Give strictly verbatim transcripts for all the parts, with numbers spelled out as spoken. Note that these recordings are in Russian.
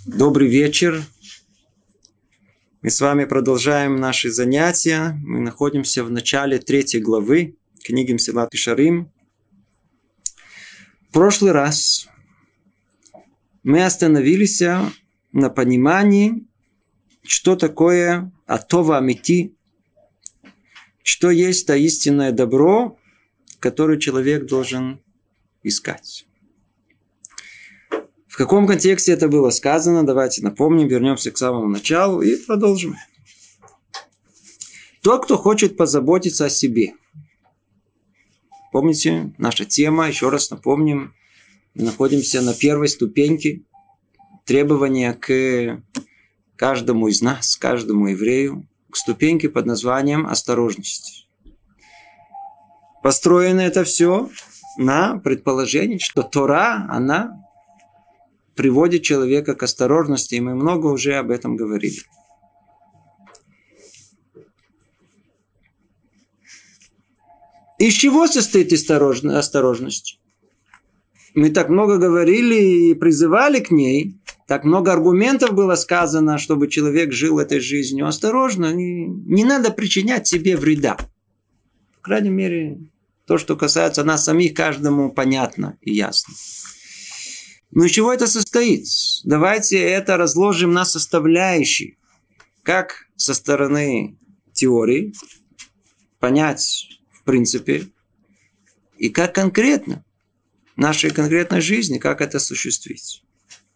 Добрый вечер. Мы с вами продолжаем наши занятия. Мы находимся в начале третьей главы книги Месилат Йешарим. В прошлый раз мы остановились на понимании, что такое атова амити, что есть то истинное добро, которое человек должен искать. В каком контексте это было сказано? Давайте напомним, вернемся к самому началу и продолжим. Тот, кто хочет позаботиться о себе. Помните, наша тема, еще раз напомним, мы находимся на первой ступеньке требования к каждому из нас, каждому еврею, к ступеньке под названием осторожность. Построено это все на предположении, что Тора, она приводит человека к осторожности, и мы много уже об этом говорили. Из чего состоит осторожность? Мы так много говорили и призывали к ней, так много аргументов было сказано, чтобы человек жил этой жизнью осторожно. Не, не надо причинять себе вреда. По крайней мере, то, что касается нас самих, каждому понятно и ясно. Ну, из чего это состоит? Давайте это разложим на составляющие. Как со стороны теории понять, в принципе, и как конкретно в нашей конкретной жизни, как это осуществить.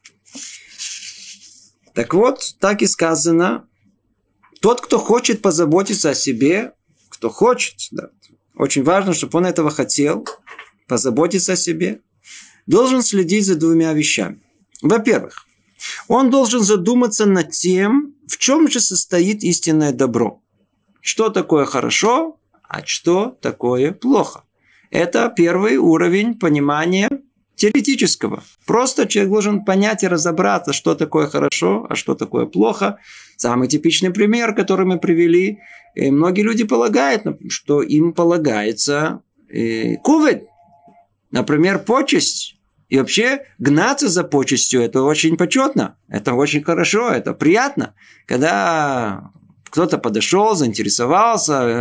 Так вот, так и сказано, тот, кто хочет позаботиться о себе, кто хочет, да, очень важно, чтобы он этого хотел, позаботиться о себе, должен следить за двумя вещами. Во-первых, он должен задуматься над тем, в чем же состоит истинное добро. Что такое хорошо, а что такое плохо. Это первый уровень понимания теоретического. Просто человек должен понять и разобраться, что такое хорошо, а что такое плохо. Самый типичный пример, который мы привели. И многие люди полагают, что им полагается кувет. Например, почесть. И вообще гнаться за почестью – это очень почетно, это очень хорошо, это приятно. Когда кто-то подошел, заинтересовался,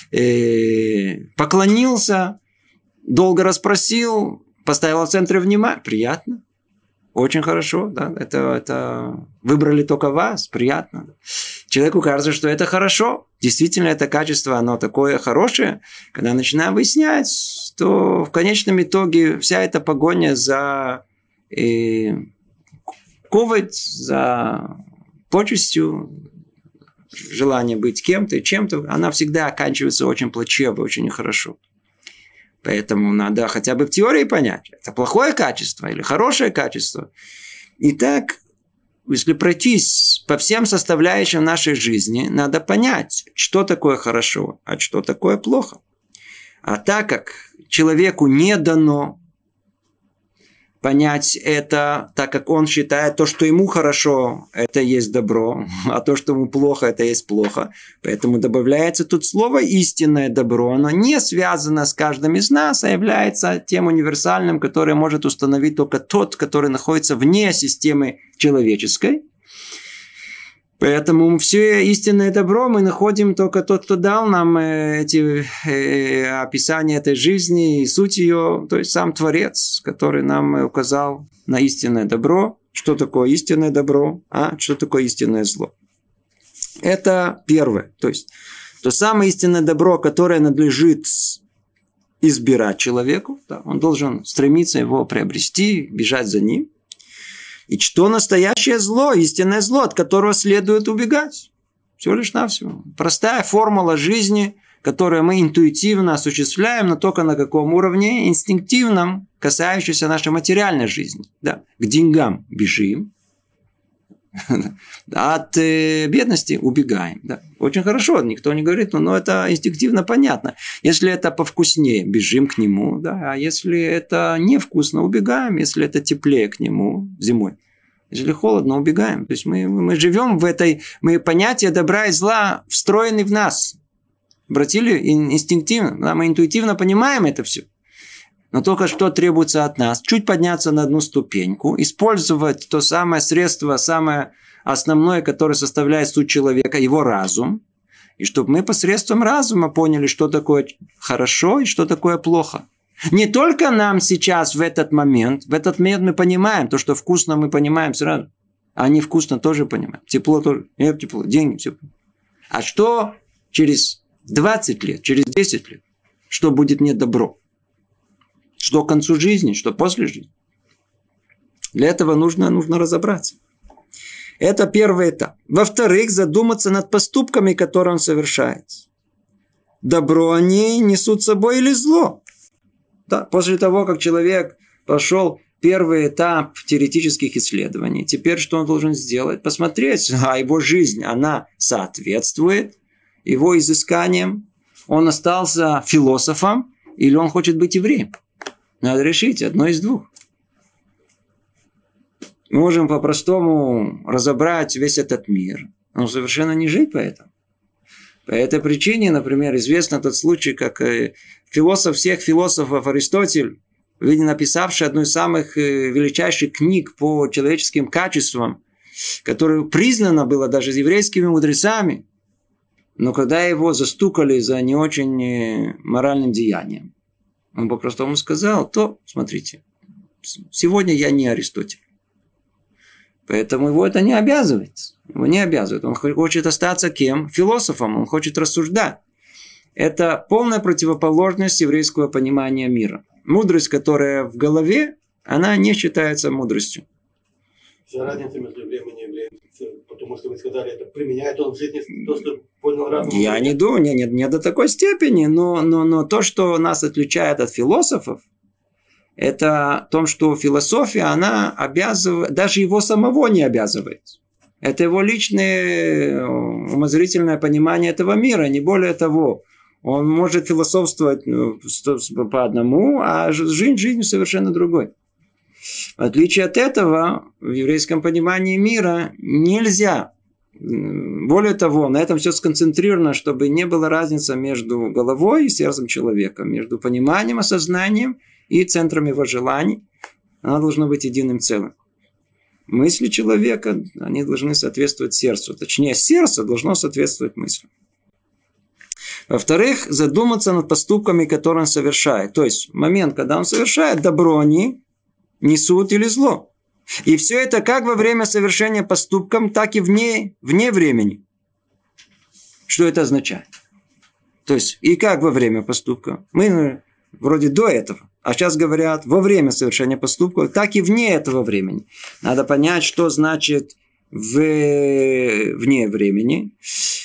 э, поклонился, долго расспросил, поставил в центре внимания – приятно. Очень хорошо, да, это, это выбрали только вас, приятно. Человеку кажется, что это хорошо. Действительно, это качество, оно такое хорошее. Когда начинаем выяснять, то в конечном итоге вся эта погоня за э, ковид, за почестью, желание быть кем-то и чем-то, она всегда оканчивается очень плачево, очень нехорошо. Поэтому надо хотя бы в теории понять, это плохое качество или хорошее качество. Итак, если пройтись по всем составляющим нашей жизни, надо понять, что такое хорошо, а что такое плохо. А так как человеку не дано понять это, так как он считает, то, что ему хорошо, это есть добро, а то, что ему плохо, это есть плохо. Поэтому добавляется тут слово «истинное добро». Оно не связано с каждым из нас, а является тем универсальным, которое может установить только тот, который находится вне системы человеческой. Поэтому все истинное добро мы находим только тот, кто дал нам эти э, описания этой жизни и суть ее, то есть сам Творец, который нам указал на истинное добро, что такое истинное добро, а что такое истинное зло. Это первое, то есть то самое истинное добро, которое надлежит избирать человеку, да, он должен стремиться его приобрести, бежать за ним. И что настоящее зло, истинное зло, от которого следует убегать. Всего лишь навсего. Простая формула жизни, которую мы интуитивно осуществляем, но только на каком уровне? Инстинктивном, касающемся нашей материальной жизни. Да. К деньгам бежим, от бедности убегаем. Да. Очень хорошо, никто не говорит, но это инстинктивно понятно. Если это повкуснее, бежим к нему. Да. А если это невкусно, убегаем. Если это теплее, к нему зимой. Если холодно, убегаем. То есть мы, мы живем в этой... Мы понятие добра и зла встроены в нас. Обратили инстинктивно. Да, мы интуитивно понимаем это все. Но только что требуется от нас? Чуть подняться на одну ступеньку, использовать то самое средство, самое основное, которое составляет суть человека, его разум. И чтобы мы посредством разума поняли, что такое хорошо и что такое плохо. Не только нам сейчас в этот момент, в этот момент мы понимаем, то, что вкусно мы понимаем сразу, а невкусно тоже понимаем. Тепло тоже, нет, тепло, деньги, все. А что через двадцать лет, через десять лет, что будет мне добро? Что к концу жизни, что после жизни. Для этого нужно, нужно разобраться. Это первый этап. Во-вторых, задуматься над поступками, которые он совершает. Добро они несут с собой или зло? Да, после того, как человек прошел первый этап теоретических исследований, теперь что он должен сделать? Посмотреть, а его жизнь, она соответствует его изысканиям. Он остался философом или он хочет быть евреем? Надо решить одно из двух. Мы можем по-простому разобрать весь этот мир, но совершенно не жить по этому. По этой причине, например, известен тот случай, как философ всех философов Аристотель, видно, написавший одну из самых величайших книг по человеческим качествам, которая признана была даже еврейскими мудрецами, но когда его застукали за не очень моральным деянием, он по-простому сказал: то, смотрите, сегодня я не Аристотель. Поэтому его это не обязывает. Его не обязывает. Он хочет остаться кем? Философом. Он хочет рассуждать. Это полная противоположность еврейского понимания мира. Мудрость, которая в голове, она не считается мудростью. Вся разница между евреем и неевреем. Потому что вы сказали, это применяет он в жизни то, что понял разум. Я не думаю, не, не, не до такой степени, но, но, но то, что нас отличает от философов, это в том, что философия, она обязывает, даже его самого не обязывает. Это его личное умозрительное понимание этого мира, не более того. Он может философствовать по одному, а жить жизнью совершенно другой. В отличие от этого, в еврейском понимании мира нельзя. Более того, на этом все сконцентрировано, чтобы не было разницы между головой и сердцем человека, между пониманием, осознанием и центром его желаний. Она должна быть единым целым. Мысли человека, они должны соответствовать сердцу. Точнее, сердце должно соответствовать мыслям. Во-вторых, задуматься над поступками, которые он совершает. То есть, момент, когда он совершает, добро они несут или зло. И все это как во время совершения поступком, так и вне, вне времени. Что это означает? То есть, и как во время поступка. Мы вроде до этого. А сейчас говорят, во время совершения поступка, так и вне этого времени. Надо понять, что значит в... вне времени.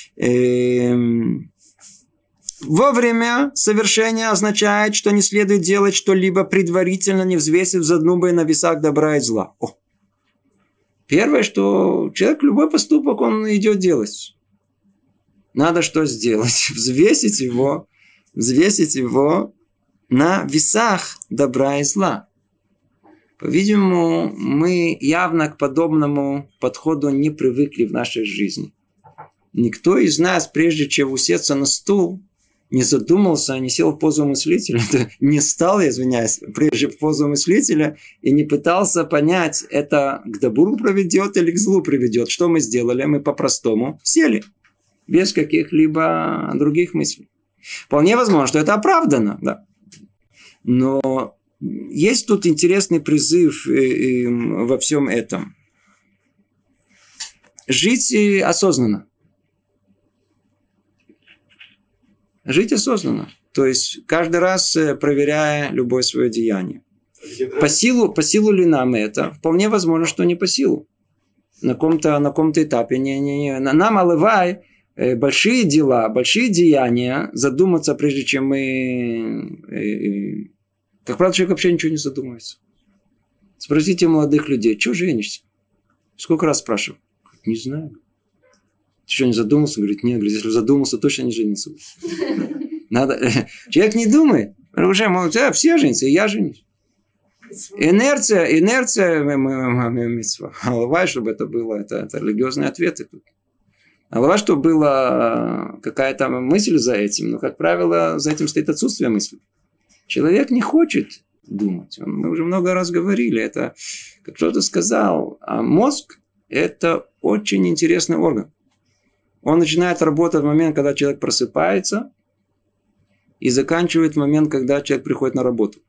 Эм... Во время совершения означает, что не следует делать что-либо предварительно, не взвесив задумывая на весах добра и зла. О. Первое, что человек любой поступок он идет делать. Надо что сделать? Взвесить его, взвесить его на весах добра и зла. По-видимому, мы явно к подобному подходу не привыкли в нашей жизни. Никто из нас, прежде чем усесться на стул, не задумался, не сел в позу мыслителя, не стал, я извиняюсь, прежде в позу мыслителя и не пытался понять, это к добру приведет или к злу приведет. Что мы сделали? Мы по-простому сели, без каких-либо других мыслей. Вполне возможно, что это оправдано, да. Но есть тут интересный призыв во всем этом. Жить осознанно. Жить осознанно. То есть, каждый раз проверяя любое свое деяние. По силу, по силу ли нам это? Вполне возможно, что не по силу. На каком-то, на каком-то этапе. Не, не, не. Нам, оливай, большие дела, большие деяния, задуматься, прежде чем мы... Как правило, человек вообще ничего не задумывается. Спросите молодых людей, что женишься? Сколько раз спрашиваю? Не знаю. Ты что, не задумался? Говорит, нет. Говорит, если задумался, точно не женился. Надо... Человек не думает. Уже могут, а, все женятся, и я женюсь. Инерция, инерция, голова, чтобы это было, это, это религиозные ответы. Голова, чтобы была какая-то мысль за этим, но, как правило, за этим стоит отсутствие мысли. Человек не хочет думать. Мы уже много раз говорили, это, как кто-то сказал, а мозг – это очень интересный орган. Он начинает работать в момент, когда человек просыпается, и заканчивает в момент, когда человек приходит на работу.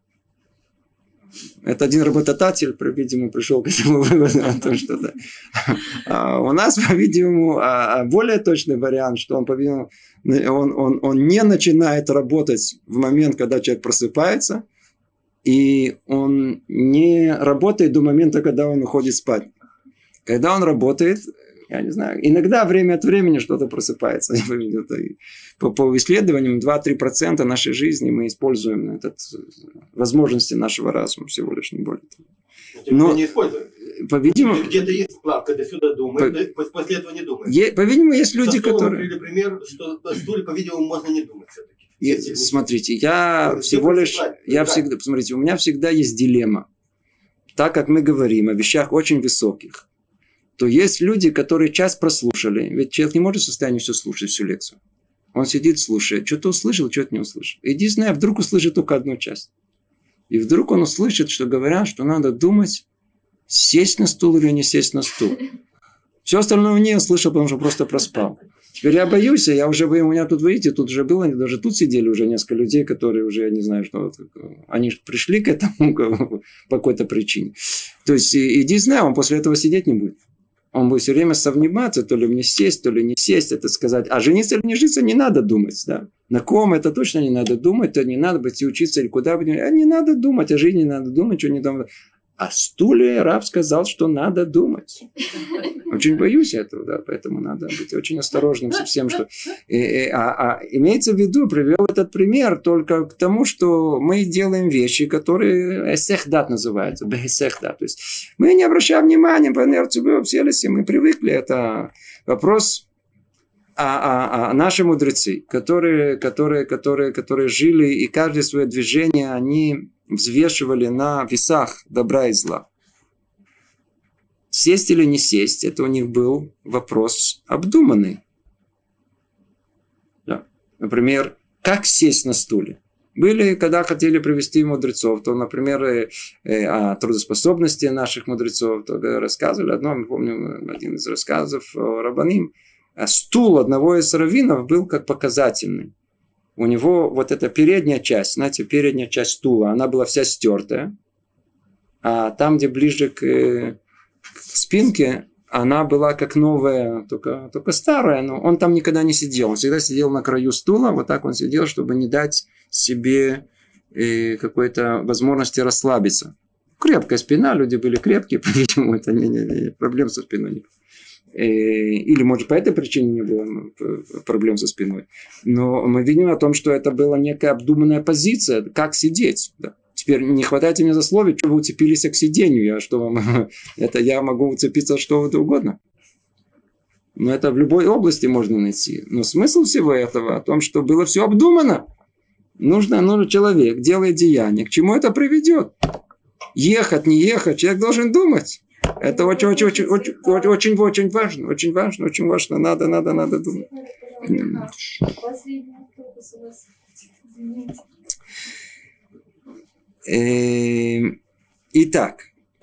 Это один работодатель, по-видимому, пришел к этому выводу о том, что да. А у нас, по-видимому, более точный вариант, что он, по-видимому, он, он, он не начинает работать в момент, когда человек просыпается, и он не работает до момента, когда он уходит спать. Когда он работает, я не знаю, иногда время от времени что-то просыпается. По, по исследованиям два-три процента нашей жизни мы используем этот, возможности нашего разума, всего лишь не более того. Но не используем. По-видимому, где-то есть план, когда сюда думаешь, по, после этого не думаешь. Е, по-видимому, есть люди, которые... Или пример, что на стуле, по-видимому, можно не думать все-таки. И, смотрите, я ну, всего лишь... Я всегда, посмотрите, у меня всегда есть дилемма. Так как мы говорим о вещах очень высоких, то есть люди, которые час прослушали. Ведь человек не может в состоянии все слушать, всю лекцию. Он сидит, слушает. Что-то услышал, что-то не услышал. Единственное, вдруг услышит только одну часть. И вдруг он услышит, что говорят, что надо думать, сесть на стул или не сесть на стул. Все остальное он не услышал, потому что просто проспал. Теперь я боюсь, я уже боюсь, у меня тут, видите, тут уже было, даже тут сидели уже несколько людей, которые уже, я не знаю, что, они пришли к этому по какой-то причине. То есть, единственное, он после этого сидеть не будет. Он будет все время совниматься, то ли мне сесть, то ли не сесть, это сказать. А жениться или не жениться не надо думать. Да? На ком это точно не надо думать, то не надо быть и учиться, или куда бы. А не надо думать, о жизни не надо думать, что не думать. О стуле Рав сказал, что надо думать. Очень боюсь этого, да, поэтому надо быть очень осторожным со всем, что... И, и, а, а имеется в виду, привел этот пример только к тому, что мы делаем вещи, которые эсехдат называются, бехесехдат. То есть мы не обращаем внимания, по инерции обселись, мы привыкли. Это вопрос... А, а, а наши мудрецы, которые, которые, которые, которые жили, и каждое свое движение они взвешивали на весах добра и зла. Сесть или не сесть, это у них был вопрос обдуманный. Да. Например, как сесть на стуле? Были, когда хотели привести мудрецов, то, например, э, э, о трудоспособности наших мудрецов, то рассказывали одно, мы помним, один из рассказов о Рабаним, стул одного из раввинов был как показательный. У него вот эта передняя часть, знаете, передняя часть стула, она была вся стертая. А там, где ближе к, к спинке, она была как новая, только, только старая. Но он там никогда не сидел. Он всегда сидел на краю стула. Вот так он сидел, чтобы не дать себе э, какой-то возможности расслабиться. Крепкая спина, люди были крепкие, по-видимому, это не, не, не, проблем со спиной не было. Или, может, по этой причине не было проблем со спиной. Но мы видим о том, что это была некая обдуманная позиция, как сидеть. Да. Теперь не хватайте мне за слово, что вы уцепились к сидению. Я, что вам, это я могу уцепиться что угодно. Но это в любой области можно найти. Но смысл всего этого о том, что было все обдумано. Нужно, нужно человек делает деяние. К чему это приведет? Ехать, не ехать. Человек должен думать. Это очень, очень, очень, очень, очень, очень важно, очень важно, очень важно. Надо, надо, надо думать. Итак,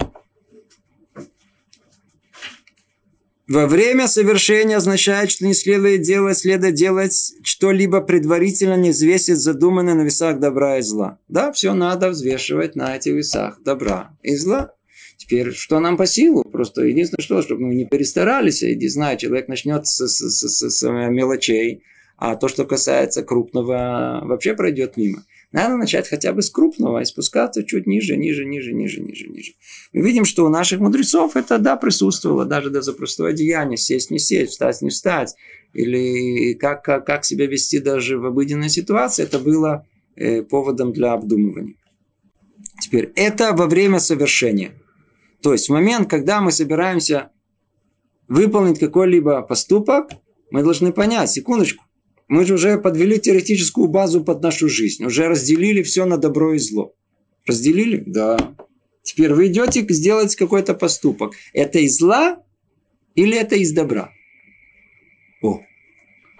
во время совершения означает, что не следует делать, следует делать что-либо предварительно не взвесить задуманное на весах добра и зла. Да, все надо взвешивать на этих весах добра и зла. Теперь, что нам по силу? Просто единственное, что, чтобы мы не перестарались, и не знаю, человек начнет с, с, с, с мелочей, а то, что касается крупного, вообще пройдет мимо. Надо начать хотя бы с крупного и спускаться чуть ниже, ниже, ниже, ниже, ниже, ниже. Мы видим, что у наших мудрецов это, да, присутствовало, даже за простое деяние, сесть, не сесть, встать, не встать, или как, как, как себя вести даже в обыденной ситуации, это было э, поводом для обдумывания. Теперь, это во время совершения. То есть в момент, когда мы собираемся выполнить какой-либо поступок, мы должны понять, секундочку, мы же уже подвели теоретическую базу под нашу жизнь, уже разделили все на добро и зло. Разделили? Да. Теперь вы идете сделать какой-то поступок. Это из зла или это из добра? О,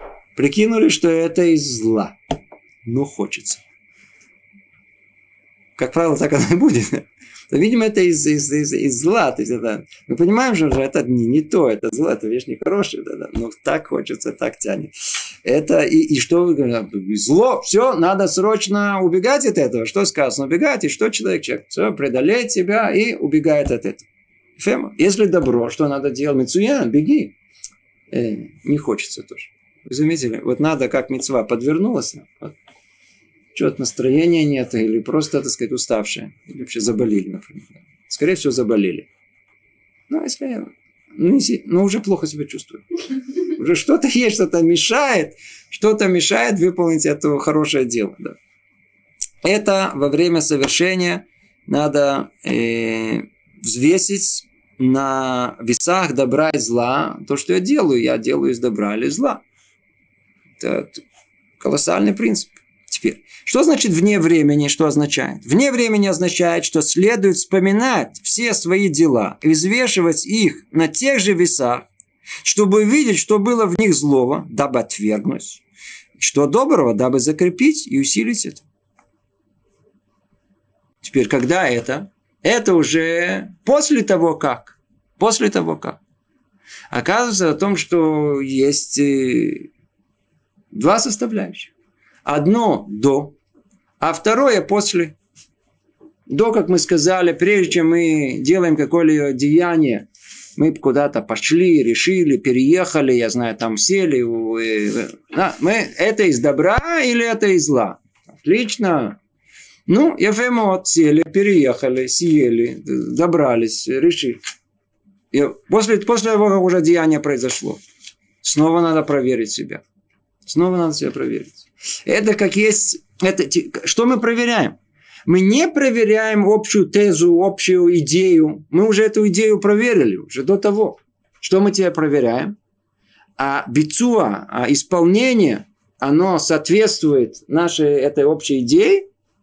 прикинули, что это из зла. Ну, хочется. как правило, так оно и будет. То, видимо, это из, из, из, из зла. То есть это, мы понимаем, что это не, не то, это зло, это вещь нехорошая. Да, да, но так хочется, так тянет. Это и, и что вы говорите? Зло, все, надо срочно убегать от этого. Что сказано? Убегать, и что человек? Человек все, преодолеет себя и убегает от этого. Фема. Если добро, что надо делать? Мицуян, беги. Э, не хочется тоже. Вы заметили? Вот надо, как мицва подвернулась. Вот. Что-то настроения нет, или просто, так сказать, уставшие. Или вообще заболели, например. Скорее всего, заболели. Ну, если... Ну, если, ну уже плохо себя чувствую. Уже что-то есть, что-то мешает. Что-то мешает выполнить это хорошее дело. Да. Это во время совершения надо э, взвесить на весах добра и зла. То, что я делаю, я делаю из добра или зла. Это колоссальный принцип. Теперь, что значит вне времени, что означает? Вне времени означает, что следует вспоминать все свои дела и взвешивать их на тех же весах, чтобы увидеть, что было в них злого, дабы отвергнуть, что доброго, дабы закрепить и усилить это. Теперь, когда это? Это уже после того, как. После того, как. Оказывается о том, что есть два составляющих. Одно до, а второе после. До, как мы сказали, прежде чем мы делаем какое-либо деяние, мы куда-то пошли, решили, переехали, я знаю, там сели. Да, мы, это из добра или это из зла? Отлично. Ну, ефемот, сели, переехали, съели, добрались, решили. И после, после того, как уже деяние произошло, снова надо проверить себя. Снова надо себя проверить. Это как есть... Это, что мы проверяем? Мы не проверяем общую тезу, общую идею. Мы уже эту идею проверили, уже до того. Что мы тебя проверяем? А бицуа, а исполнение, оно соответствует нашей этой общей идее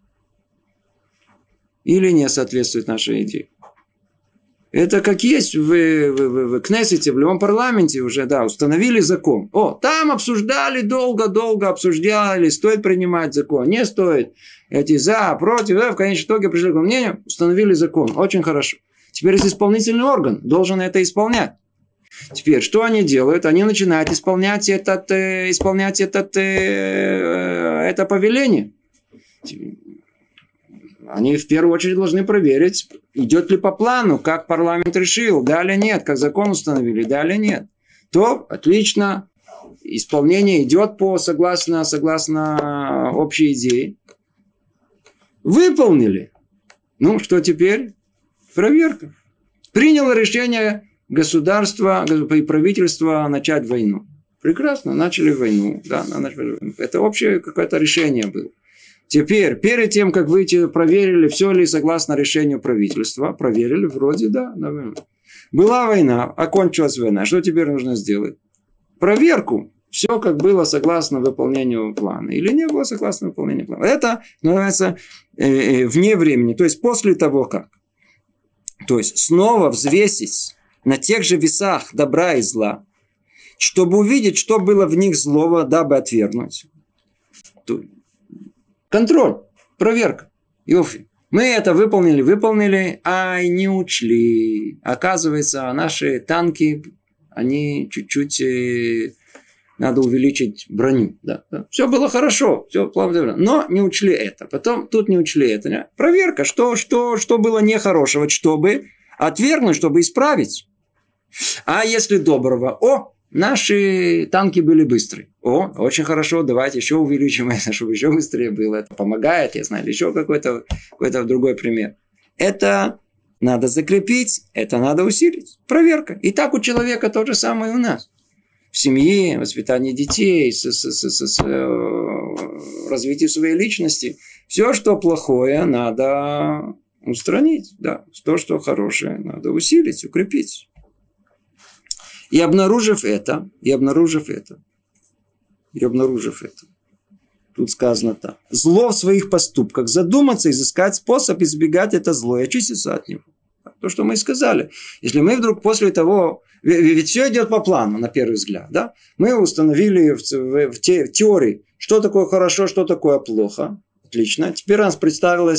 или не соответствует нашей идее? Это как есть в, в, в, в Кнессете, в любом парламенте уже, да, установили закон. О, там обсуждали, долго-долго обсуждали, стоит принимать закон, не стоит. Эти за, против, да, в конечном итоге пришли к мнению, установили закон. Очень хорошо. Теперь есть исполнительный орган, должен это исполнять. Теперь, что они делают? Они начинают исполнять, этот, э, исполнять этот, э, это повеление. Они в первую очередь должны проверить, идет ли по плану, как парламент решил, да или нет, как закон установили, да или нет. То отлично, исполнение идет по согласно, согласно общей идее. Выполнили. Ну, что теперь? Проверка. Приняло решение государства и правительства начать войну. Прекрасно, начали войну. Да, начали войну. Это общее какое-то решение было. Теперь, перед тем, как вы проверили, все ли согласно решению правительства, проверили, вроде да. Была война, окончилась война. Что теперь нужно сделать? Проверку. Все, как было согласно выполнению плана. Или не было согласно выполнению плана. Это называется э, вне времени. То есть, после того, как. То есть, снова взвесить на тех же весах добра и зла, чтобы увидеть, что было в них злого, дабы отвергнуть. Контроль, проверка. Йофи. Мы это выполнили, выполнили, а не учли. Оказывается, наши танки, они чуть-чуть... Э, надо увеличить броню. Да, да. Все было хорошо, все плавно, но не учли это. Потом тут не учли это. Не? Проверка, что, что, что было нехорошего, чтобы отвергнуть, чтобы исправить. А если доброго? О! Наши танки были быстрые. О, очень хорошо, давайте еще увеличим это, чтобы еще быстрее было. Это помогает, я знаю, еще какой-то, какой-то другой пример. Это надо закрепить, это надо усилить. Проверка. И так у человека то же самое и у нас. В семье, воспитании детей, с, с, с, с, с э, развитии своей личности. Все, что плохое, надо устранить. Да. То, что хорошее, надо усилить, укрепить. И обнаружив это, и обнаружив это, и обнаружив это, тут сказано так. Зло в своих поступках. Задуматься, изыскать способ избегать это зло и очиститься от него. То, что мы и сказали. Если мы вдруг после того... Ведь все идет по плану, на первый взгляд. Да? Мы установили в, в, в, те, в теории, что такое хорошо, что такое плохо. Отлично. Теперь у нас представилась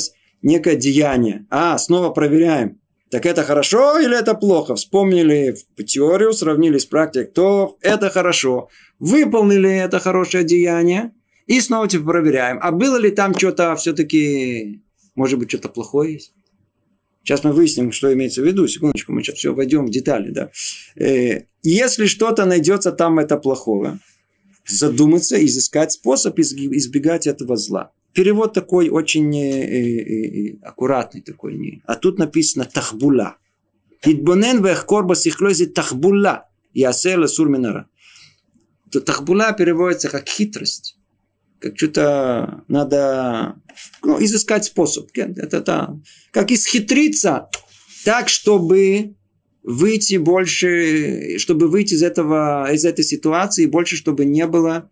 некое деяние. А, снова проверяем. Так это хорошо или это плохо? Вспомнили теорию, сравнили с практикой. То это хорошо. Выполнили это хорошее деяние. И снова типа проверяем. А было ли там что-то все-таки, может быть, что-то плохое есть? Сейчас мы выясним, что имеется в виду. Секундочку, мы сейчас все войдем в детали. Да? Если что-то найдется там это плохого, задуматься, изыскать способ избегать этого зла. Перевод такой очень э, э, э, аккуратный такой. Не. А тут написано тахбула. Идбонен вехкор басихлози тахбула. Ясела сурминара. То тахбула переводится как хитрость. Как что-то надо ну, изыскать способ. Это, это, как исхитриться так, чтобы выйти больше, чтобы выйти из этого, из этой ситуации, больше, чтобы не было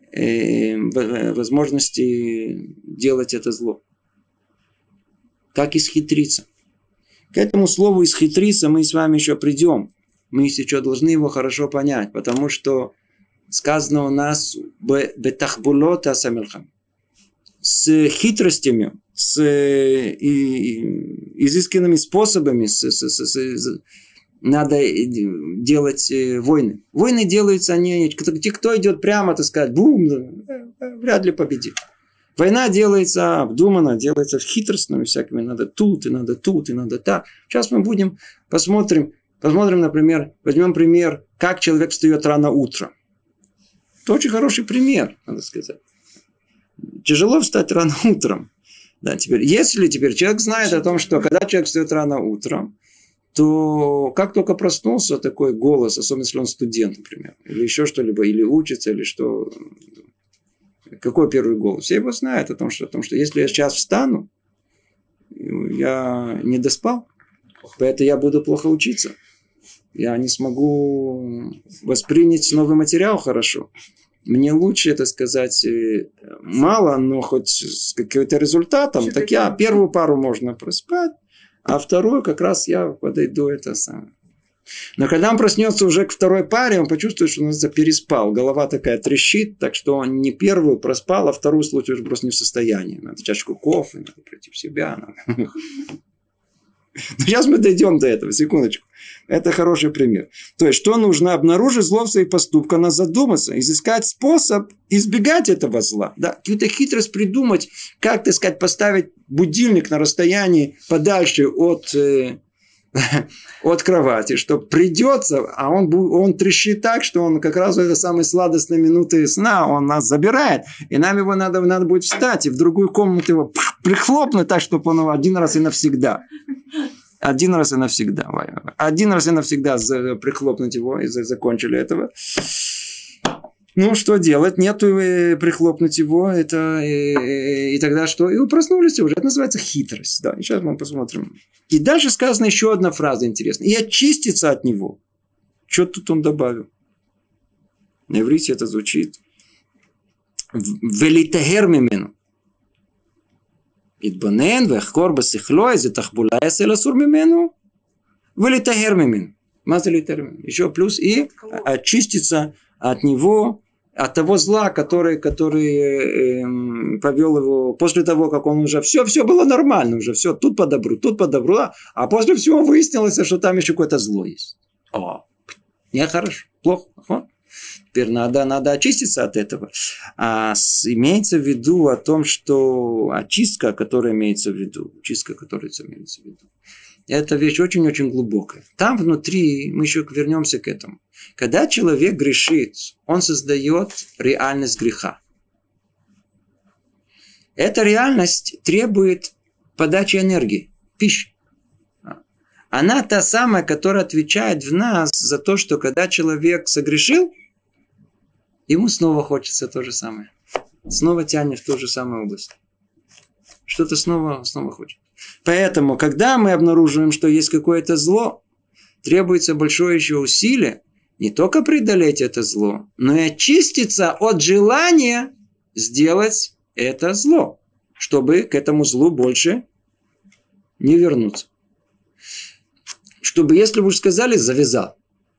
возможности делать это зло. Как исхитриться. К этому слову исхитриться мы с вами еще придем. Мы, если что, должны его хорошо понять, потому что сказано у нас бетахбулота самилхам. С хитростями, с изысканными способами, с, с, с, с, надо делать войны. Войны делаются, они, те, кто идет прямо, так сказать, бум, вряд ли победит. Война делается обдуманно, делается хитростными всякими. Надо тут, и надо тут, и надо так. Сейчас мы будем, посмотрим, посмотрим, например, возьмем пример, как человек встает рано утром. Это очень хороший пример, надо сказать. Тяжело встать рано утром. Да, теперь, если теперь человек знает о том, что когда человек встает рано утром, то как только проснулся такой голос, особенно если он студент, например, или еще что-либо, или учится, или что... Какой первый голос? Все его знают о том, что, о том, что если я сейчас встану, я не доспал, поэтому я буду плохо учиться. Я не смогу воспринять новый материал хорошо. Мне лучше, это сказать, мало, но хоть с каким-то результатом. Так я первую пару можно проспать, а вторую как раз я подойду это самое. Но когда он проснется уже к второй паре, он почувствует, что он переспал. Голова такая трещит, так что он не первую проспал, а вторую случай уже просто не в состоянии. Надо чашку кофе, надо прийти в себя. Надо... Сейчас мы дойдем до этого, секундочку. Это хороший пример. То есть, что нужно? Обнаружить зло в своих поступках, надо задуматься, изыскать способ избегать этого зла. Да? Какую-то хитрость придумать, как, так сказать, поставить будильник на расстоянии подальше от... Э, от кровати, что придется, а он, он трещит так, что он как раз в это самые сладостные минуты сна, он нас забирает, и нам его надо, надо будет встать, и в другую комнату его прихлопнуть так, чтобы он один раз и навсегда. Один раз и навсегда. Один раз и навсегда прихлопнуть его, и закончили этого. Ну, что делать? Нету прихлопнуть его. Это, и, и тогда что? И вы проснулись уже. Это называется хитрость. Да, и сейчас мы посмотрим. И дальше сказана еще одна фраза интересная. И очиститься от него. Что тут он добавил? На иврите это звучит. Велитагер мимену. Идбанен вехкор басихло из тахбула яселасур мимену. Велитагер мимену. Мазалитер мимену. Еще плюс и очиститься от него, от того зла, который, который э, повел его после того, как он уже все, все было нормально, уже все тут по добру, тут по добру, а после всего выяснилось, что там еще какое-то зло есть. О, нехорошо, плохо. О. Теперь надо, надо очиститься от этого. А с, имеется в виду о том, что очистка, которая имеется в виду, очистка, которая имеется в виду, это вещь очень-очень глубокая. Там внутри, мы еще вернемся к этому. Когда человек грешит, он создает реальность греха. Эта реальность требует подачи энергии, пищи. Она та самая, которая отвечает в нас за то, что когда человек согрешил, ему снова хочется то же самое. Снова тянет в ту же самую область. Что-то снова, снова хочет. Поэтому, когда мы обнаруживаем, что есть какое-то зло, требуется большое еще усилие не только преодолеть это зло, но и очиститься от желания сделать это зло, чтобы к этому злу больше не вернуться. Чтобы, если бы уж сказали, завязал.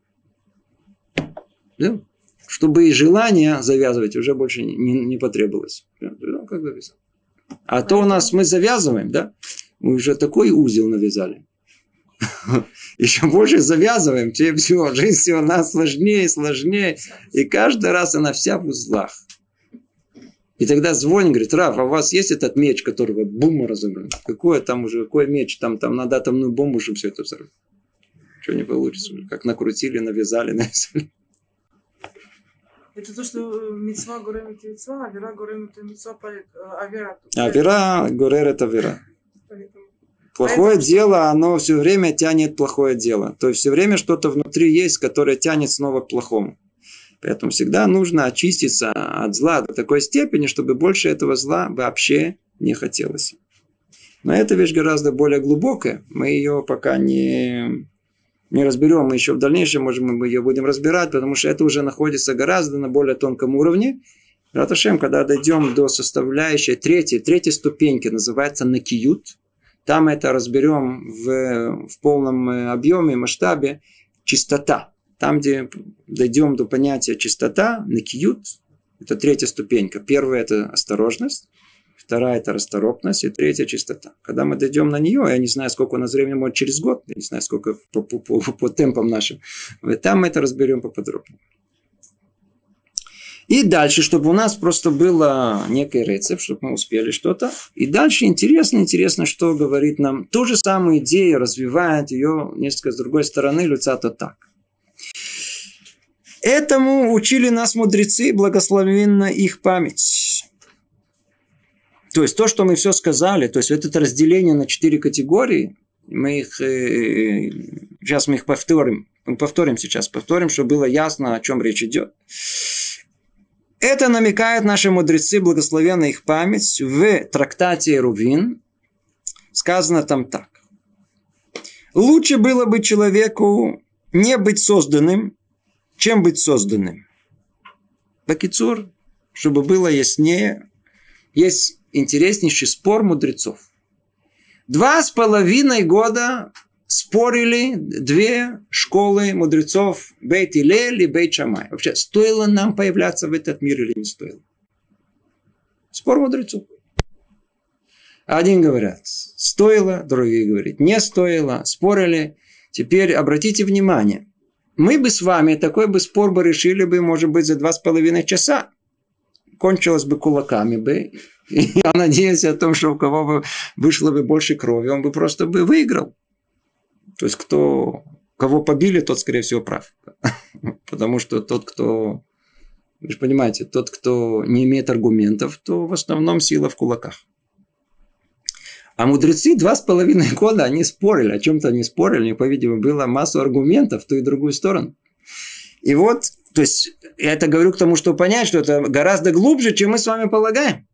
Да? Чтобы и желание завязывать уже больше не, не потребовалось. Как завязал. А то у нас мы завязываем, да? Мы уже такой узел навязали. Еще больше завязываем, чем все. Жизнь все у нас сложнее и сложнее. И каждый раз она вся в узлах. И тогда звонит, говорит: Раф, а у вас есть этот меч, которого бум разобран? Какой там уже, какой меч? Там, там надо атомную бомбу, чтобы все это взорвать. Ничего не получится. Как накрутили, навязали, навязали. Это то, что митцва горемит митцва, а вера горемит митцва, а вера... А вера горерет а вера. Плохое дело, оно все время тянет плохое дело. То есть все время что-то внутри есть, которое тянет снова к плохому. Поэтому всегда нужно очиститься от зла до такой степени, чтобы больше этого зла вообще не хотелось. Но эта вещь гораздо более глубокая. Мы ее пока не, не разберем. Мы еще в дальнейшем, может, мы ее будем разбирать, потому что это уже находится гораздо на более тонком уровне. Раташем, когда дойдем до составляющей третьей, третьей ступеньки, называется накиют. Там это разберем в, в полном объеме, масштабе. Чистота. Там, где дойдем до понятия чистота, накиют, это третья ступенька. Первая – это осторожность, вторая – это расторопность, и третья – чистота. Когда мы дойдем на нее, я не знаю, сколько у нас времени, может, через год, я не знаю, сколько по, по, по, по темпам нашим, там мы это разберем поподробнее. И дальше, чтобы у нас просто было некий рецепт, чтобы мы успели что-то. И дальше интересно, интересно, что говорит нам. Ту же самую идею развивает ее несколько с другой стороны, Люцато так. Этому учили нас мудрецы, благословенна их память. То есть то, что мы все сказали, то есть это разделение на четыре категории, мы их, э, сейчас мы их повторим, мы повторим сейчас, повторим, чтобы было ясно, о чем речь идет. Это намекают наши мудрецы, благословенна их память, в трактате Рувин. Сказано там так. Лучше было бы человеку не быть созданным, чем быть созданным. Бакицур, чтобы было яснее, есть интереснейший спор мудрецов. Два с половиной года спорили две школы мудрецов Бейт Илель и Бейт Шамай. Вообще, стоило нам появляться в этот мир или не стоило? Спор мудрецов. Один говорят, стоило, другие говорят, не стоило, спорили. Теперь обратите внимание. Мы бы с вами такой бы спор бы решили бы, может быть, за два с половиной часа. Кончилось бы кулаками бы. И я надеюсь о том, что у кого бы вышло бы больше крови, он бы просто бы выиграл. То есть, кто, кого побили, тот, скорее всего, прав. Потому что тот, кто, вы же понимаете, тот, кто не имеет аргументов, то в основном сила в кулаках. А мудрецы два с половиной года, они спорили, о чем-то они спорили, у них, по-видимому, было массу аргументов в ту и другую сторону. И вот, то есть, я это говорю к тому, чтобы понять, что это гораздо глубже, чем мы с вами полагаем.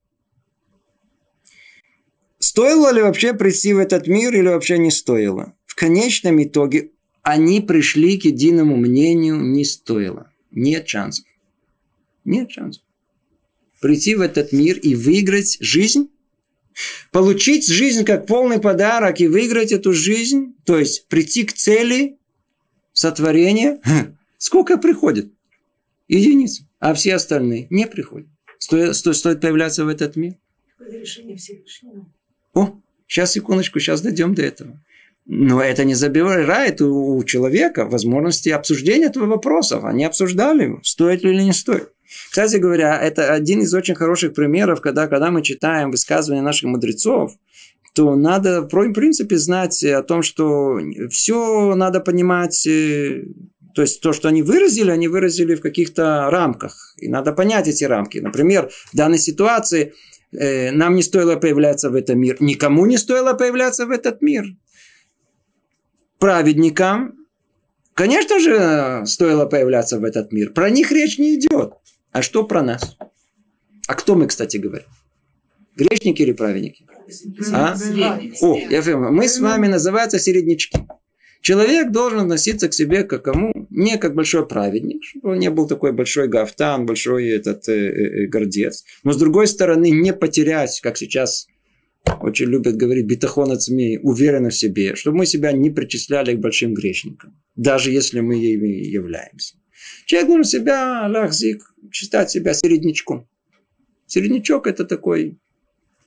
Стоило ли вообще прийти в этот мир или вообще не стоило? В конечном итоге они пришли к единому мнению, не стоило. Нет шансов. Нет шансов. Прийти в этот мир и выиграть жизнь, получить жизнь как полный подарок и выиграть эту жизнь, то есть прийти к цели сотворения, сколько приходит? Единицы. А все остальные не приходят. Стоит, стоит, стоит появляться в этот мир. Это решение Всевышнего. О, сейчас, секундочку, сейчас дойдем до этого. Но это не забирает у человека возможности обсуждения этого вопроса. Они обсуждали его, стоит ли или не стоит. Кстати говоря, это один из очень хороших примеров, когда, когда мы читаем высказывания наших мудрецов, то надо, в принципе, знать о том, что все надо понимать, то есть то, что они выразили, они выразили в каких-то рамках. И надо понять эти рамки. Например, в данной ситуации нам не стоило появляться в этот мир. Никому не стоило появляться в этот мир. Праведникам, конечно же, стоило появляться в этот мир. Про них речь не идет. А что про нас? А кто мы, кстати говоря? Грешники или праведники? А? О, я понимаю. Мы с вами называются середнячки. Человек должен относиться к себе как кому? Не как большой праведник, чтобы он не был такой большой гафтан, большой этот э, э, гордец. Но с другой стороны, не потерять, как сейчас очень любят говорить, битахон от змей, уверенно в себе, чтобы мы себя не причисляли к большим грешникам, даже если мы ими являемся. Человек должен себя, лахзик, считать себя середнячком. Середнячок – это такой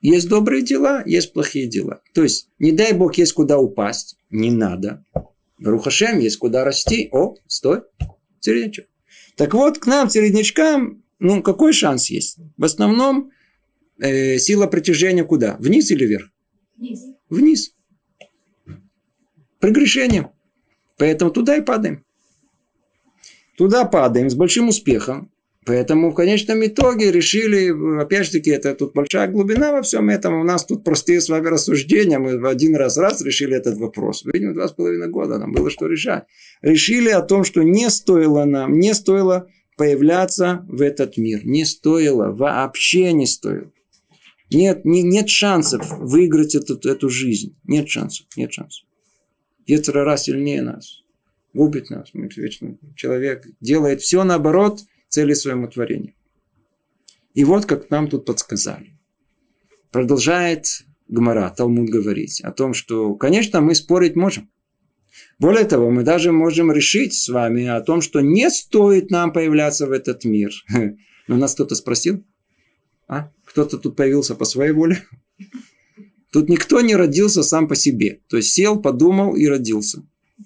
Есть добрые дела, есть плохие дела. То есть, не дай Бог, есть куда упасть. Не надо. Барух Ашем, есть куда расти. О, стой, середнячок. Так вот, к нам, середнячкам, ну, какой шанс есть? В основном, э, сила притяжения куда? Вниз или вверх? Вниз. Вниз. Прегрешением. Поэтому туда и падаем. Туда падаем с большим успехом. Поэтому в конечном итоге решили, опять же таки, это тут большая глубина во всем этом. У нас тут простые с вами рассуждения. Мы в один раз раз решили этот вопрос. Видимо, два с половиной года нам было что решать. Решили о том, что не стоило нам, не стоило появляться в этот мир. Не стоило, вообще не стоило. Нет, не, нет шансов выиграть эту, эту жизнь. Нет шансов, нет шансов. Йецер ара сильнее нас. Губит нас. Мы, вечно, человек делает все наоборот цели своему творению. И вот как нам тут подсказали. Продолжает Гемара, Талмуд говорить о том, что, конечно, мы спорить можем. Более того, мы даже можем решить с вами о том, что не стоит нам появляться в этот мир. Но нас кто-то спросил? А? Кто-то тут появился по своей воле? Тут никто не родился сам по себе. То есть сел, подумал и родился.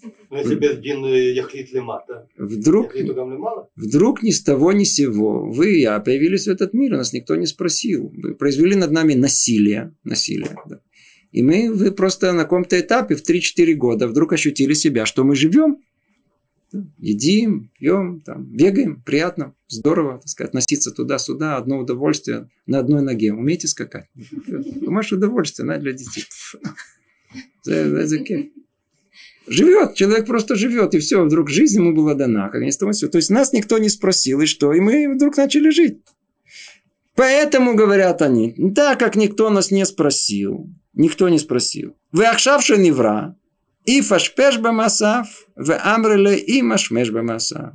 Вдруг, вдруг ни с того ни с сего вы и я появились в этот мир, нас никто не спросил. Вы произвели над нами насилие. насилие да. И мы вы просто на каком-то этапе в три-четыре года вдруг ощутили себя, что мы живем. Едим, пьем, там, бегаем, приятно, здорово, так сказать, носиться туда-сюда, одно удовольствие на одной ноге. Умеете скакать? Маш удовольствие, надо для детей. Живет, человек просто живет, и все, вдруг жизнь ему была дана. То есть нас никто не спросил, и что? И мы вдруг начали жить. Поэтому, говорят они, да, как никто нас не спросил, никто не спросил. Вы ахшавши невра, и фашпеш бамасав, в амреле и машмеш бамасав.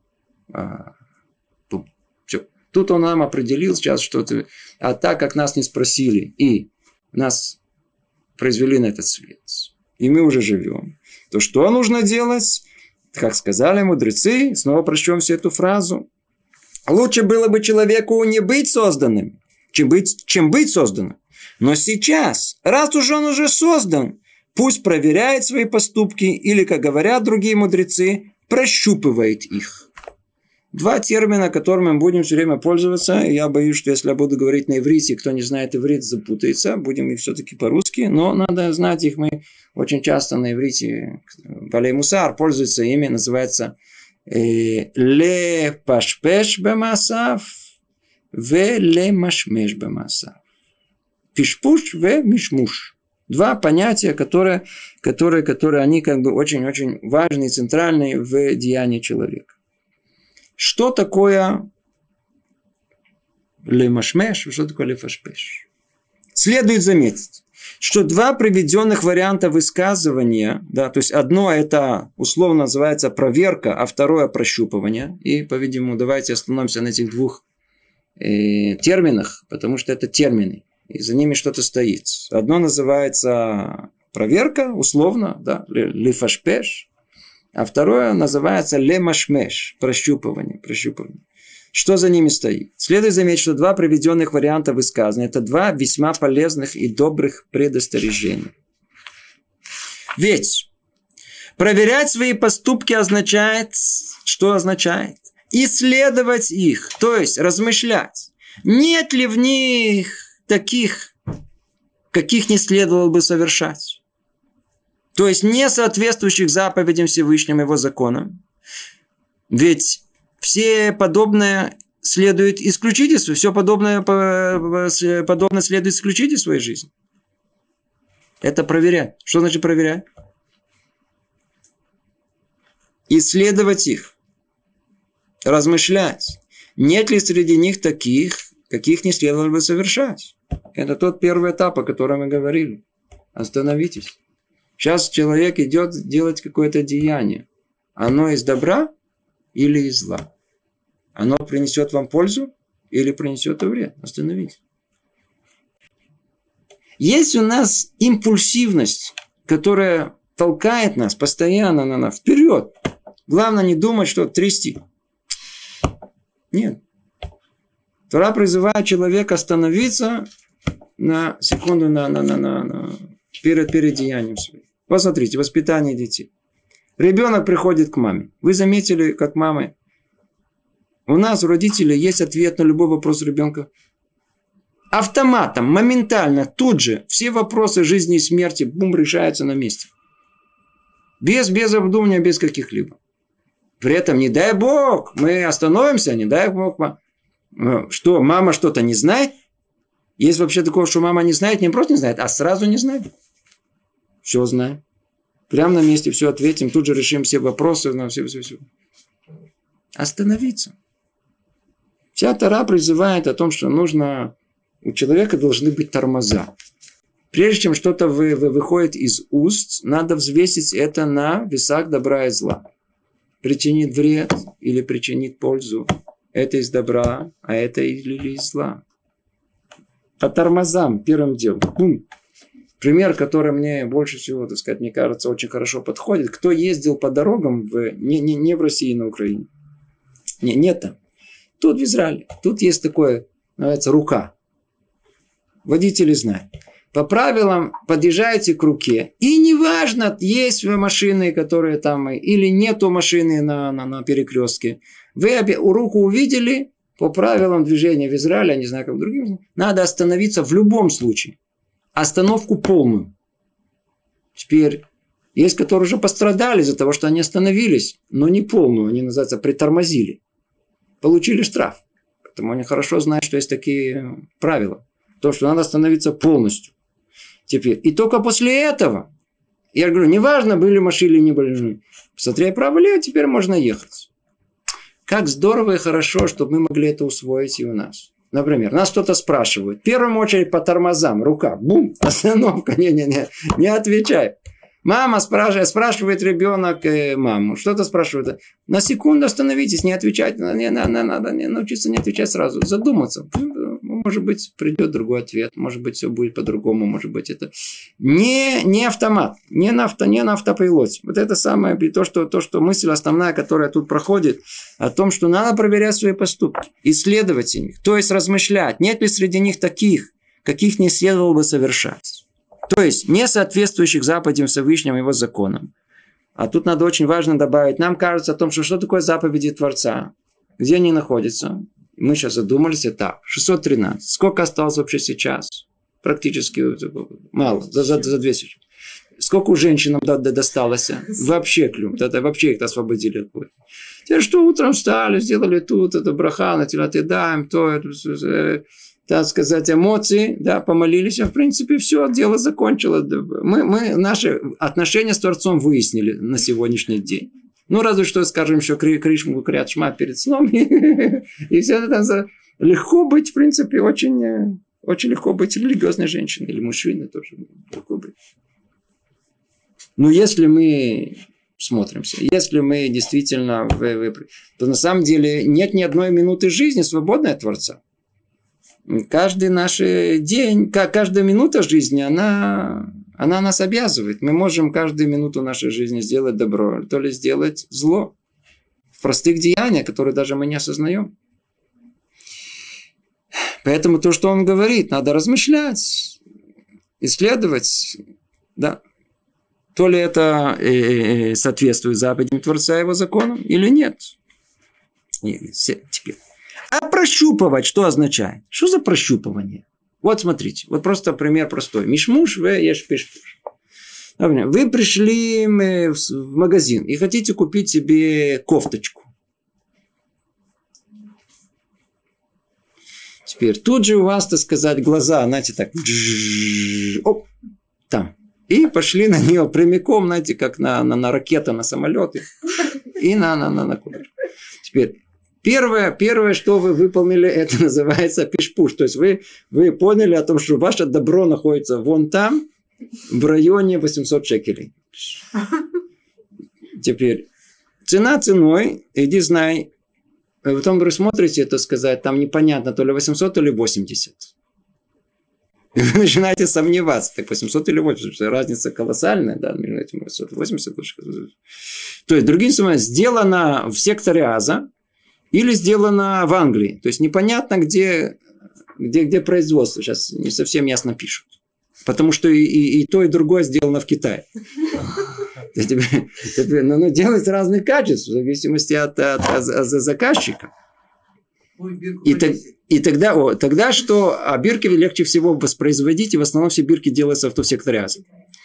Все. Тут он нам определил сейчас что-то. А так как нас не спросили, и нас произвели на этот свет, и мы уже живем, то что нужно делать? Как сказали мудрецы, снова прочтем всю эту фразу. Лучше было бы человеку не быть созданным, чем быть, чем быть созданным. Но сейчас, раз уж он уже создан, пусть проверяет свои поступки или, как говорят другие мудрецы, прощупывает их. Два термина, которыми мы будем все время пользоваться. Я боюсь, что если я буду говорить на иврите, кто не знает иврит, запутается. Будем их все-таки по-русски, но надо знать их. Мы очень часто на иврите, Балей Мусар пользуется ими, называется ле пашпеш бемасав, ве ле машмеш бемасав. Пишпуш ве мишмуш. Два понятия, которые, которые, которые они как бы очень-очень важные и центральные в деянии человека. Что такое лемашмеш, что такое лефашпеш? Следует заметить, что два приведенных варианта высказывания, да, то есть одно это условно называется проверка, а второе прощупывание. И, по-видимому, давайте остановимся на этих двух э, терминах, потому что это термины, и за ними что-то стоит. Одно называется проверка, условно, да, лефашпеш. А второе называется лемашмеш, прощупывание, прощупывание. Что за ними стоит? Следует заметить, что два приведенных варианта высказаны. Это два весьма полезных и добрых предостережения. Ведь проверять свои поступки означает, что означает? Исследовать их, то есть размышлять. Нет ли в них таких, каких не следовало бы совершать? То есть не соответствующих заповедям Всевышним его законам. Ведь все подобное следует исключить из все подобное, подобное следует исключить из своей жизни. Это проверять. Что значит проверять? Исследовать их. Размышлять. Нет ли среди них таких, каких не следовало бы совершать? Это тот первый этап, о котором мы говорили. Остановитесь. Сейчас человек идет делать какое-то деяние. Оно из добра или из зла? Оно принесет вам пользу или принесет вред? Остановитесь. Есть у нас импульсивность, которая толкает нас постоянно на нас вперед. Главное не думать, что трясти. Нет. Тора призывает человека остановиться, на секунду на, на, на, на, на, перед, перед деянием своим. Посмотрите, воспитание детей. Ребенок приходит к маме. Вы заметили, как мамы? У нас, у родителей, есть ответ на любой вопрос ребенка. Автоматом, моментально, тут же, все вопросы жизни и смерти, бум, решаются на месте. Без, без обдумывания, без каких-либо. При этом, не дай бог, мы остановимся, не дай бог. Что, мама что-то не знает? Есть вообще такое, что мама не знает, не просто не знает, а сразу не знает. Все знаем. Прямо на месте все ответим, тут же решим все вопросы. На все, все, все. Остановиться. Вся Тора призывает о том, что нужно... У человека должны быть тормоза. Прежде чем что-то вы, вы, выходит из уст, надо взвесить это на весах добра и зла. Причинит вред или причинит пользу. Это из добра, а это или из зла. По тормозам первым делом. Бум. Пример, который мне больше всего, так сказать, мне кажется, очень хорошо подходит. Кто ездил по дорогам в, не, не, не в России, на Украине. Не, нет там. Тут в Израиле. Тут есть такое, называется, рука. Водители знают. По правилам подъезжаете к руке. И неважно, есть машины, которые там, или нету машины на, на, на перекрестке. Вы руку увидели, по правилам движения в Израиле, я не знаю, как в других, надо остановиться в любом случае. Остановку полную. Теперь, есть, которые уже пострадали из-за того, что они остановились, но не полную, они, называется, притормозили. Получили штраф. Поэтому они хорошо знают, что есть такие правила. То, что надо остановиться полностью. Теперь. И только после этого, я говорю, неважно, были машины или не были. Посмотри, право-лево, теперь можно ехать. Как здорово и хорошо, чтобы мы могли это усвоить и у нас. Например, нас кто-то спрашивает. В первую очередь по тормозам. Рука. Бум. Остановка. Не-не-не. Не отвечай. Мама спрашивает, спрашивает ребенок э, маму. Что-то спрашивает. На секунду остановитесь, не отвечайте. Не, не, не, надо не, научиться не отвечать сразу. Задуматься. Может быть, придет другой ответ. Может быть, все будет по-другому. Может быть, это не, не автомат. Не на, авто, не на автопилоте. Вот это самое, то что, то, что мысль основная, которая тут проходит, о том, что надо проверять свои поступки. Исследовать их. То есть, размышлять. Нет ли среди них таких, каких не следовало бы совершать. То есть, не соответствующих заповедям Всевышнего и его законам. А тут надо очень важно добавить. Нам кажется о том, что что такое заповеди Творца. Где они находятся? Мы сейчас задумались. Это шестьсот тринадцать. Сколько осталось вообще сейчас? Практически мало. За, за, за двести. Сколько у женщин досталось? Вообще клюм. Это вообще их освободили. Теперь что утром встали, сделали тут, это браха, на тело даем, то это... так сказать, эмоции, да, помолились, а в принципе все, дело закончилось. Мы, мы наши отношения с Творцом выяснили на сегодняшний день. Ну, разве что, скажем, еще Кришму, Крят Шма перед сном. И все это легко быть, в принципе, очень, очень легко быть религиозной женщиной. Или мужчиной тоже легко быть. Но если мы смотримся, если мы действительно, то на самом деле нет ни одной минуты жизни свободной от Творца. Каждый наш день, каждая минута жизни, она, она нас обязывает. Мы можем каждую минуту нашей жизни сделать добро, то ли сделать зло. В простых деяниях, которые даже мы не осознаем. Поэтому то, что он говорит, надо размышлять, исследовать. Да. То ли это соответствует заповедям Творца и его законам, или нет. Теперь. А прощупывать что означает? Что за прощупывание? Вот смотрите. Вот просто пример простой. Мишмуш в еш пишпуш. Вы пришли в магазин и хотите купить себе кофточку. Теперь тут же у вас, так сказать, глаза, знаете, так. Оп, там. И пошли на нее прямиком, знаете, как на, на, на ракеты, на самолеты. И на, на, на, на куртку. Теперь. Первое, первое, что вы выполнили, это называется пишпуш. То есть, вы, вы поняли о том, что ваше добро находится вон там, в районе восемьсот шекелей. Теперь, цена ценой, иди знай. Потом вы смотрите, это сказать, там непонятно, то ли восемьсот, то ли восемьдесят. И вы начинаете сомневаться. Так восемьсот или восемьдесят, разница колоссальная, да, между этим восемьсот и восемьдесят. То есть, другим словом, сделано в секторе Аза, или сделано в Англии. То есть, непонятно, где где, где производство, сейчас не совсем ясно пишут. Потому что и, и, и то, и другое сделано в Китае. Но ну, делать разных качеств, в зависимости от, от, от, от заказчика. И, так, и тогда, о, тогда что, а бирки легче всего воспроизводить, и в основном все бирки делаются в автосекторе Азии.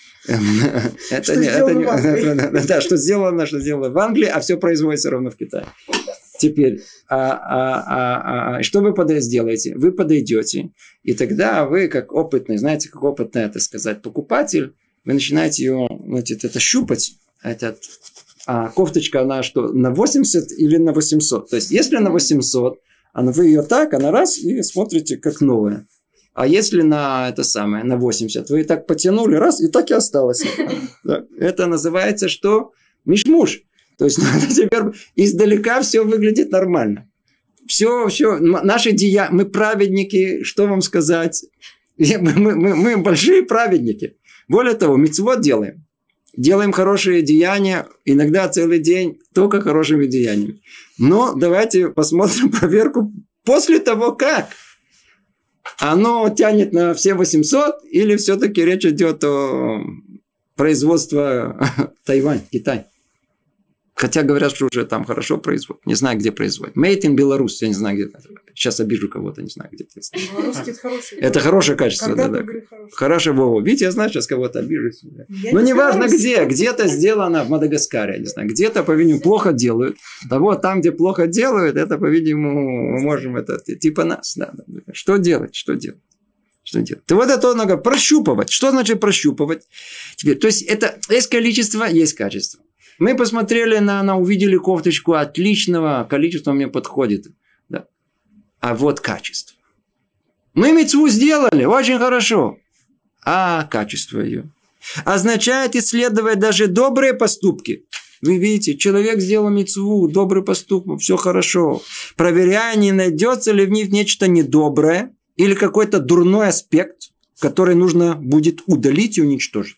Это не... Да, что сделано, что сделано в Англии, а все производится ровно в Китае. Теперь, а, а, а, а, что вы подай, сделаете? Вы подойдете, и тогда вы, как опытный, знаете, как опытный, это сказать, покупатель, вы начинаете ее, значит, это щупать, этот, а кофточка, она что, на восемьдесят или на восемьсот? То есть, если на восемьсот, она, вы ее так, она раз, и смотрите, как новая. А если на это самое, на восемьдесят, вы так потянули, раз, и так и осталось. Это называется что? Мишмуш. То есть, теперь издалека все выглядит нормально. Все, все, наши деяния, мы праведники, что вам сказать? Мы, мы, мы большие праведники. Более того, мицвот делаем. Делаем хорошие деяния, иногда целый день только хорошими деяниями. Но давайте посмотрим проверку после того, как. Оно тянет на все восемьсот, или все-таки речь идет о производстве Тайвань, Китай. Хотя говорят, что уже там хорошо производят. Не знаю, где производят. Made in Belarus, я не знаю, где. Сейчас обижу кого-то, не знаю, где. Белорусский это хорошее. Это хорошее качество, да, да. Хорошее, Вова. Видите, я знаю, сейчас кого-то обижу. Но не важно где. Где-то сделано в Мадагаскаре, я не знаю. Где-то, по-видимому, плохо делают. А вот там, где плохо делают, это, по-видимому, мы можем это типа нас. Да, да. Что делать? Что делать? Что делать? То вот это надо прощупывать. Что значит прощупывать? Теперь, то есть, это есть количество, есть качество. Мы посмотрели на, на, увидели кофточку отличного количества, мне подходит. Да. А вот качество. Мы мицву сделали, очень хорошо. А качество ее означает исследовать даже добрые поступки. Вы видите, человек сделал мицву, добрый поступок, все хорошо. Проверяя, не найдется ли в них нечто недоброе или какой-то дурной аспект, который нужно будет удалить и уничтожить.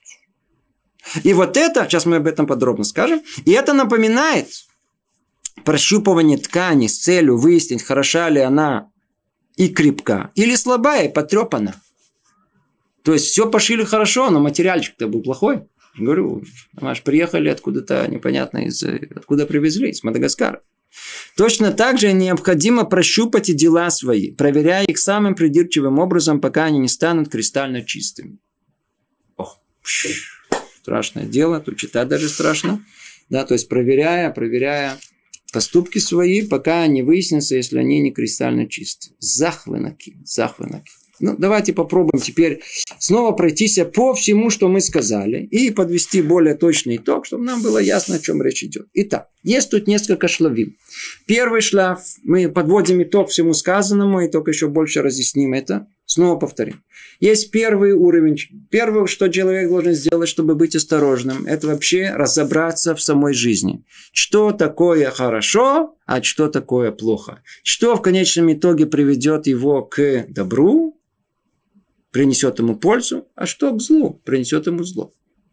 И вот это, сейчас мы об этом подробно скажем, и это напоминает прощупывание ткани с целью выяснить, хороша ли она и крепка, или слабая и потрепана. То есть, все пошили хорошо, но материальчик-то был плохой. Говорю, аж приехали откуда-то непонятно, из, откуда привезли, из Мадагаскара. Точно так же необходимо прощупать и дела свои, проверяя их самым придирчивым образом, пока они не станут кристально чистыми. Ох, страшное дело, тут читать даже страшно. Да, то есть, проверяя, проверяя поступки свои, пока не выяснится, если они не кристально чисты. Захвынаки, захвынаки. Ну, давайте попробуем теперь снова пройтись по всему, что мы сказали, и подвести более точный итог, чтобы нам было ясно, о чем речь идет. Итак, есть тут несколько шлавим. Первый шлав, мы подводим итог всему сказанному, и только еще больше разъясним это. Снова повторим. Есть первый уровень. Первое, что человек должен сделать, чтобы быть осторожным, это вообще разобраться в самой жизни. Что такое хорошо, а что такое плохо. Что в конечном итоге приведет его к добру, принесет ему пользу, а что к злу, принесет ему зло.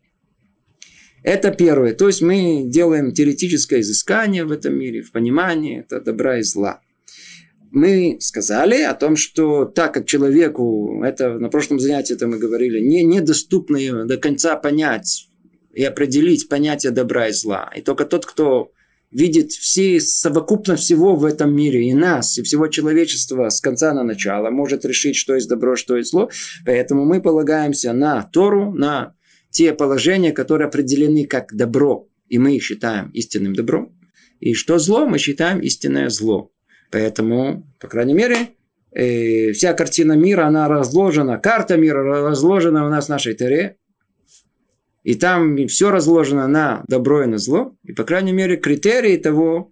Это первое. То есть мы делаем теоретическое изыскание в этом мире, в понимании это добра и зла. Мы сказали о том, что так как человеку, это на прошлом занятии это мы говорили, не, недоступно до конца понять и определить понятие добра и зла. И только тот, кто видит все, совокупно всего в этом мире, и нас, и всего человечества с конца на начало, может решить, что есть добро, что есть зло. Поэтому мы полагаемся на Тору, на те положения, которые определены как добро, и мы их считаем истинным добром. И что зло, мы считаем истинное зло. Поэтому, по крайней мере, э, вся картина мира, она разложена, карта мира разложена у нас в нашей Торе. И там все разложено на добро и на зло. И, по крайней мере, критерии того,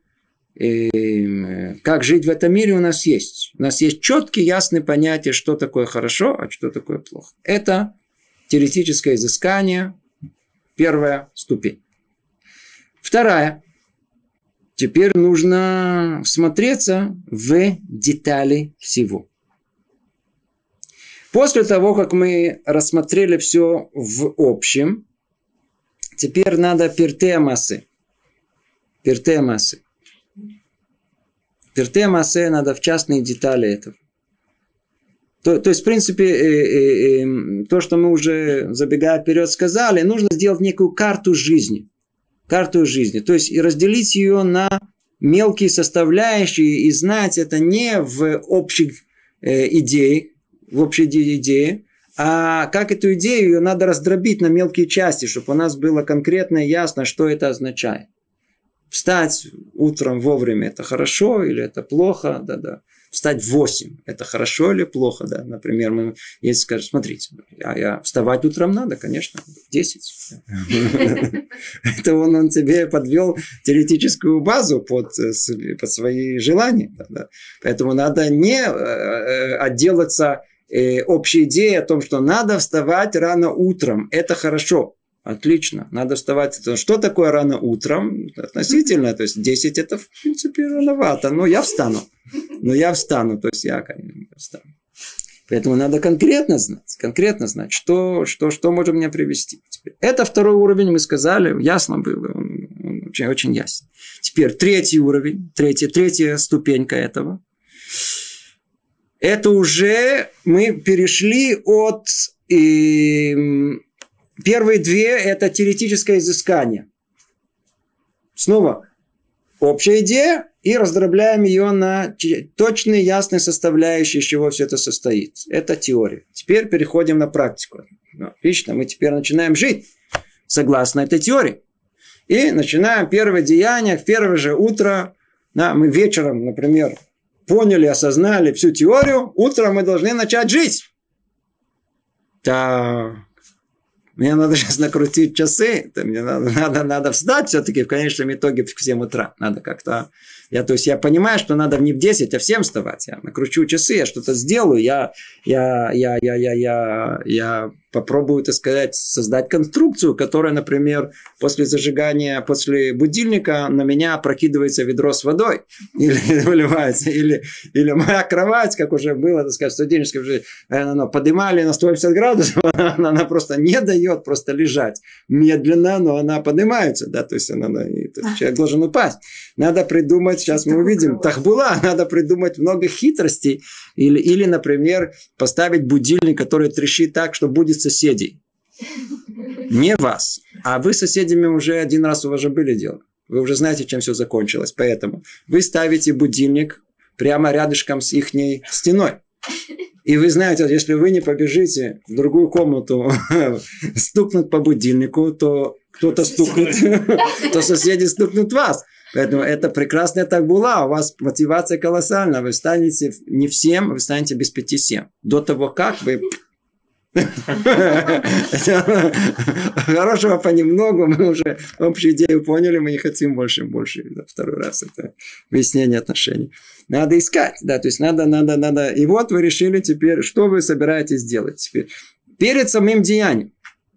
э, как жить в этом мире у нас есть. У нас есть четкие, ясные понятия, что такое хорошо, а что такое плохо. Это теоретическое изыскание, первая ступень. Вторая. Теперь нужно всмотреться в детали всего. После того, как мы рассмотрели все в общем, теперь надо пиртей массе. Пиртей массе. Пиртей массе надо в частные детали этого. То, то есть, в принципе, э, э, э, то, что мы уже, забегая вперед, сказали, нужно сделать некую карту жизни. Карту жизни. То есть, и разделить ее на мелкие составляющие, и знать это не в общих э, идеях, в общей идее, а как эту идею ее надо раздробить на мелкие части, чтобы у нас было конкретно и ясно, что это означает. Встать утром вовремя – это хорошо или это плохо? Да-да. Встать в восемь – это хорошо или плохо? Да? Например, мы, если скажем, смотрите, я, я, вставать утром надо, конечно, в десять. Это он, он тебе подвел теоретическую базу под, под свои желания. Да? Поэтому надо не отделаться общей идеей о том, что надо вставать рано утром. Это хорошо. Отлично. Надо вставать. Что такое рано утром? Относительно. То есть десять это в принципе рановато. Но я встану. Но я встану. То есть я, конечно, встану. Поэтому надо конкретно знать. Конкретно знать, что, что, что может меня привести. Теперь, это второй уровень, мы сказали. Ясно было. Он, он очень, очень ясен. Теперь третий уровень. Третья, третья ступенька этого. Это уже мы перешли от... Э, первые две – это теоретическое изыскание. Снова общая идея, и раздробляем ее на точные, ясные составляющие, из чего все это состоит. Это теория. Теперь переходим на практику. Отлично, мы теперь начинаем жить согласно этой теории. И начинаем первое деяние в первое же утро. Да, мы вечером, например, поняли, осознали всю теорию, утром мы должны начать жить. Так, мне надо сейчас накрутить часы, мне надо, надо, надо встать все-таки в конечном итоге в семь утра. Надо как-то... Я, то есть я понимаю, что надо не в десять, а в семь вставать. Я накручу часы, я что-то сделаю, я, я, я, я, я, я, я попробую, так сказать, создать конструкцию, которая, например, после зажигания, после будильника на меня опрокидывается ведро с водой, или выливается, или, или моя кровать, как уже было, так сказать, в студенческой уже ну, поднимали на сто восемьдесят градусов, она, она просто не дает просто лежать медленно, но она поднимается, да, то есть, она, то есть человек должен упасть. Надо придумать, сейчас мы увидим, тахбула, надо придумать много хитростей, или, или, например, поставить будильник, который трещит так, что будет соседей. Не вас. А вы с соседями уже один раз у вас же были дела. Вы уже знаете, чем все закончилось. Поэтому вы ставите будильник прямо рядышком с их стеной. И вы знаете, если вы не побежите в другую комнату стукнуть по будильнику, то кто-то стукнет, то соседи стукнут вас. Поэтому это прекрасная тахбула. У вас мотивация колоссальная. Вы встанете не в семь, вы встанете без пяти семь. До того, как вы... Хорошего понемногу, мы уже общую идею поняли, мы не хотим больше и больше. Второй раз это выяснение отношений. Надо искать, да, то есть надо, надо, надо. И вот вы решили теперь, что вы собираетесь делать теперь. Перед самим деянием.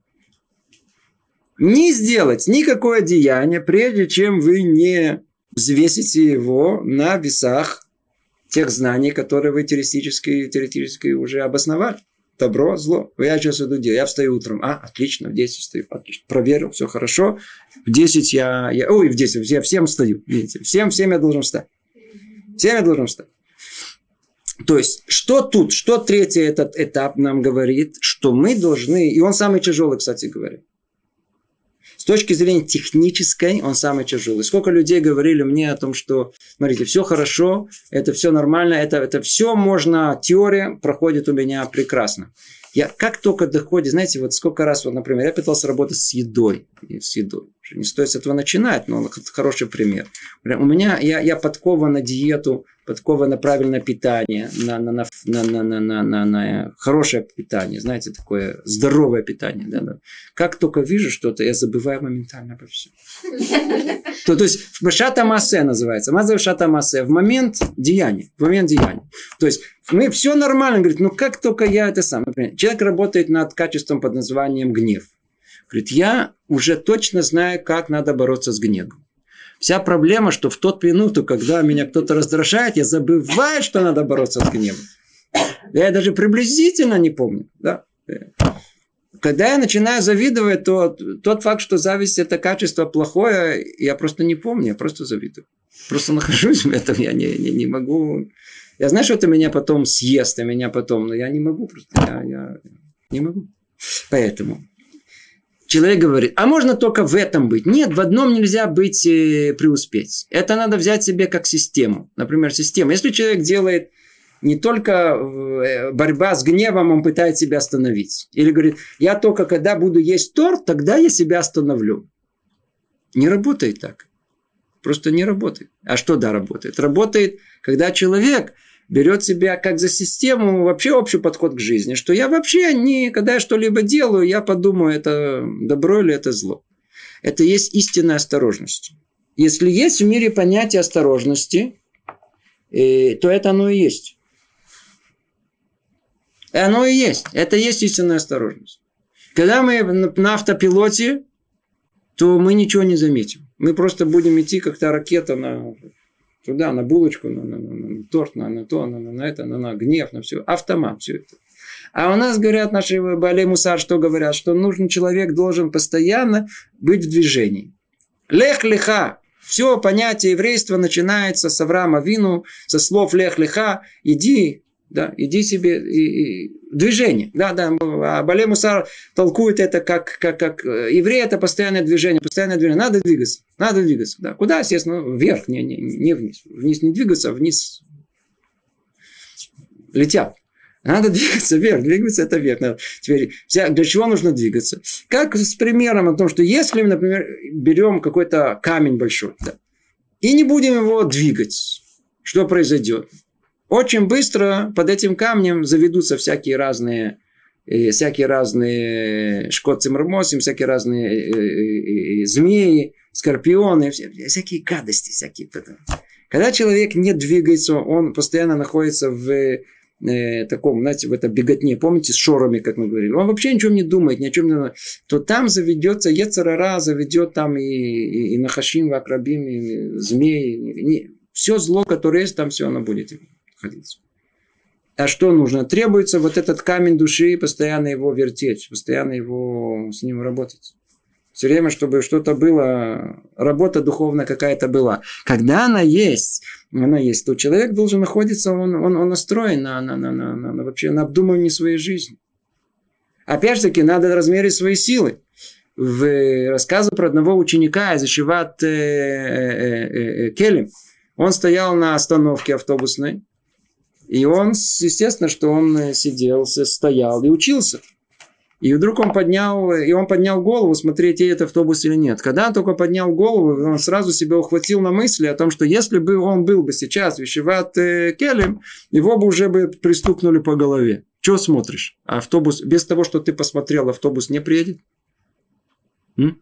Не сделать никакое деяние, прежде чем вы не взвесите его на весах тех знаний, которые вы теоретически, теоретически уже обосновали. Добро, зло. Я сейчас иду делать. Я встаю утром. А, отлично, в десять встаю. Отлично. Проверил, все хорошо. В десять я... я ой, в десять. Я в семь встаю. Видите, в семь, в семь я должен встать. В семь я должен встать. То есть, что тут? Что третий этот этап нам говорит? Что мы должны... И он самый тяжелый, кстати говоря. С точки зрения технической, он самый тяжелый. Сколько людей говорили мне о том, что, смотрите, все хорошо, это все нормально, это, это все можно, теория проходит у меня прекрасно. Я как только доходит, знаете, вот сколько раз, вот, например, я пытался работать с едой. С едой. Не стоит с этого начинать, но хороший пример. У меня, я, я подкован на диету, подкован на правильное питание, на, на, на, на, на, на, на, на, на хорошее питание, знаете, такое здоровое питание. Да, да. Как только вижу что-то, я забываю моментально обо всем. То, то есть, шата массе называется. Мазав шата массе. В момент деяния. В момент деяния. То есть, мы все нормально. Говорит, ну как только я это сам. Например, человек работает над качеством под названием гнев. Говорит, я уже точно знаю, как надо бороться с гневом. Вся проблема, что в тот минуту, когда меня кто-то раздражает, я забываю, что надо бороться с гневом. Я даже приблизительно не помню. Да? Когда я начинаю завидовать, то тот факт, что зависть – это качество плохое, я просто не помню, я просто завидую. Просто нахожусь в этом, я не, не, не могу. Я знаю, что это меня потом съест, а меня потом, но я не могу просто, я, я не могу. Поэтому человек говорит, а можно только в этом быть? Нет, в одном нельзя быть, э, преуспеть. Это надо взять себе как систему. Например, система. Если человек делает не только борьба с гневом, он пытается себя остановить. Или говорит, я только когда буду есть торт, тогда я себя остановлю. Не работает так. Просто не работает. А что да работает? Работает, когда человек берет себя как за систему, вообще общий подход к жизни, что я вообще не, когда я что-либо делаю, я подумаю, это добро или это зло. Это есть истинная осторожность. Если есть в мире понятие осторожности, то это оно и есть. Оно и есть. Это и есть истинная осторожность. Когда мы на автопилоте, то мы ничего не заметим. Мы просто будем идти, как та ракета на, туда, на булочку, на, на, на, на торт, на, на то, на, на это, на, на гнев, на все. Автомат, все это. А у нас говорят, наши Баалей Мусар, что говорят? Что нужен человек должен постоянно быть в движении. Лех леха. Все понятие еврейства начинается с Авраама Авину, со слов лех леха. Иди, да, иди себе, и, и, движение. Да, да, а Баалей Мусар толкует это как, как, как еврей, это постоянное движение, постоянное движение. Надо двигаться, надо двигаться. Да. Куда, естественно, вверх, не, не, не вниз. Вниз не двигаться, а вниз летят. Надо двигаться вверх, двигаться это вверх. Надо. Теперь, для чего нужно двигаться? Как с примером о том, что если мы, например, берем какой-то камень большой, да, и не будем его двигать, что произойдет? Очень быстро под этим камнем заведутся всякие разные, э, всякие разные шкоцимрмосим, всякие разные э, э, э, змеи, скорпионы, всякие гадости, всякие. Когда человек не двигается, он постоянно находится в э, таком, знаете, в этой беготне, помните, с шорами, как мы говорили, он вообще ничем не думает, ни о чем не думает, то там заведется Йецер ара, заведет там и, и, и нахашим, вакрабим, и змеи, и, все зло, которое есть, там все оно будет находиться. А что нужно? Требуется вот этот камень души, постоянно его вертеть, постоянно его с ним работать. Все время, чтобы что-то было, работа духовная какая-то была. Когда она есть, она есть, то человек должен находиться, он, он, он настроен на, на, на, на, на, вообще на обдумывание своей жизни. Опять же таки, надо размерить свои силы. В рассказе про одного ученика из Ешиват э, э, э, Келем, он стоял на остановке автобусной, и он, естественно, что он сидел, стоял и учился. И вдруг он поднял, и он поднял голову, смотреть, едет автобус или нет. Когда он только поднял голову, он сразу себя ухватил на мысли о том, что если бы он был бы сейчас в Ешиват Келем, его бы уже бы пристукнули по голове. Чего смотришь? А автобус, без того, что ты посмотрел, автобус не приедет? М?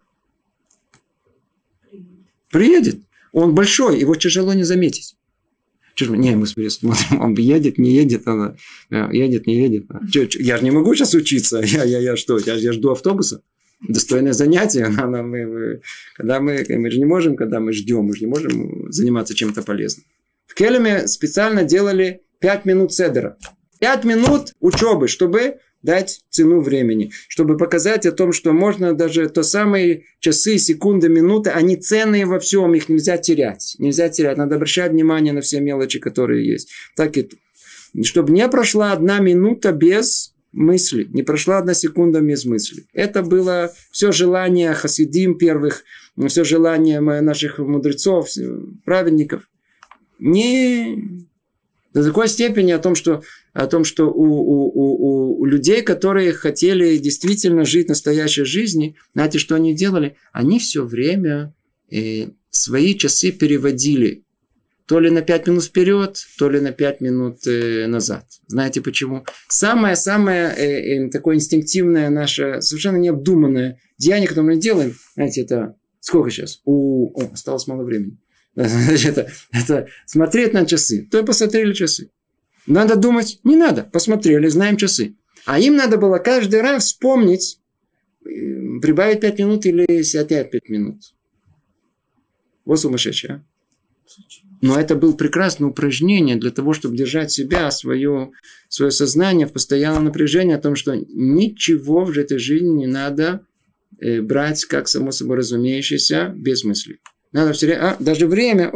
Приедет. Он большой, его тяжело не заметить. Чего? Не, мы смотрим, он едет, не едет, она едет, не едет. Че, че, я же не могу сейчас учиться, я, я, я что, я, я жду автобуса. Достойное занятие. Она, мы, мы, когда мы, мы же не можем, когда мы ждем, мы же не можем заниматься чем-то полезным. В Келеме специально делали пять минут седера. пять минут учебы, чтобы дать цену времени, чтобы показать о том, что можно даже то самые часы, секунды, минуты, они ценные во всем, их нельзя терять. Нельзя терять, надо обращать внимание на все мелочи, которые есть. Так и чтобы не прошла одна минута без мысли, не прошла одна секунда без мысли. Это было все желание хасидим первых, все желание наших мудрецов, праведников. Не до такой степени о том, что о том, что у, у, у, у людей, которые хотели действительно жить настоящей жизнью, знаете, что они делали? Они все время э, свои часы переводили то ли на пять минут вперед, то ли на пять минут э, назад. Знаете почему? Самое-самое э, э, такое инстинктивное наше, совершенно необдуманное деяние, которое мы делаем, знаете, это сколько сейчас? У, о, осталось мало времени. Значит, это, это смотреть на часы. То и посмотрели часы. Надо думать, не надо. Посмотрели, знаем часы. А им надо было каждый раз вспомнить, прибавить пять минут или снять пять минут. Вот сумасшедшее. А? Но это было прекрасное упражнение для того, чтобы держать себя, свое, свое сознание в постоянном напряжении о том, что ничего в этой жизни не надо брать как само собой разумеющееся без мысли. Надо все время, а, даже время, оп,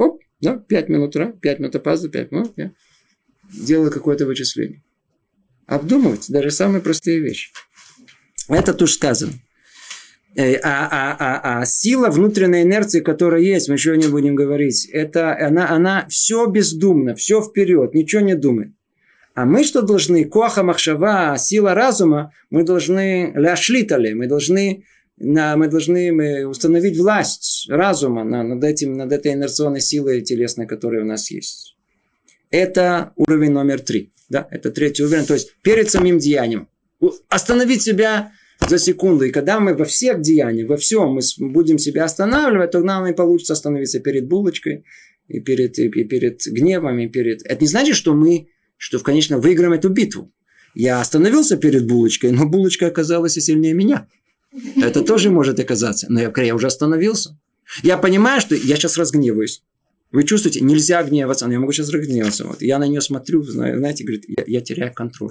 Да, пять минут утра, пять минут опаздываю, пять минут, я делаю какое-то вычисление. Обдумывать даже самые простые вещи. Это тоже сказано. А, а, а, а сила внутренней инерции, которая есть, мы еще не будем говорить, это она, она все бездумно, все вперед, ничего не думает. А мы что должны? Коаха махшава, сила разума, мы должны ляшлитали, мы должны, мы должны установить власть разума над, этим, над этой инерционной силой телесной, которая у нас есть. Это уровень номер три. Да? Это третий уровень. То есть перед самим деянием. Остановить себя за секунду. И когда мы во всех деяниях, во всем мы будем себя останавливать, то нам и получится остановиться перед булочкой, и перед, и перед гневом, и перед... Это не значит, что мы, что, конечно, выиграем эту битву. Я остановился перед булочкой, но булочка оказалась и сильнее меня. Это тоже может оказаться. Но я, я уже остановился. Я понимаю, что я сейчас разгневаюсь. Вы чувствуете, нельзя гневаться, но я могу сейчас разгневаться. Вот. Я на нее смотрю, знаете, говорит, я, я теряю контроль.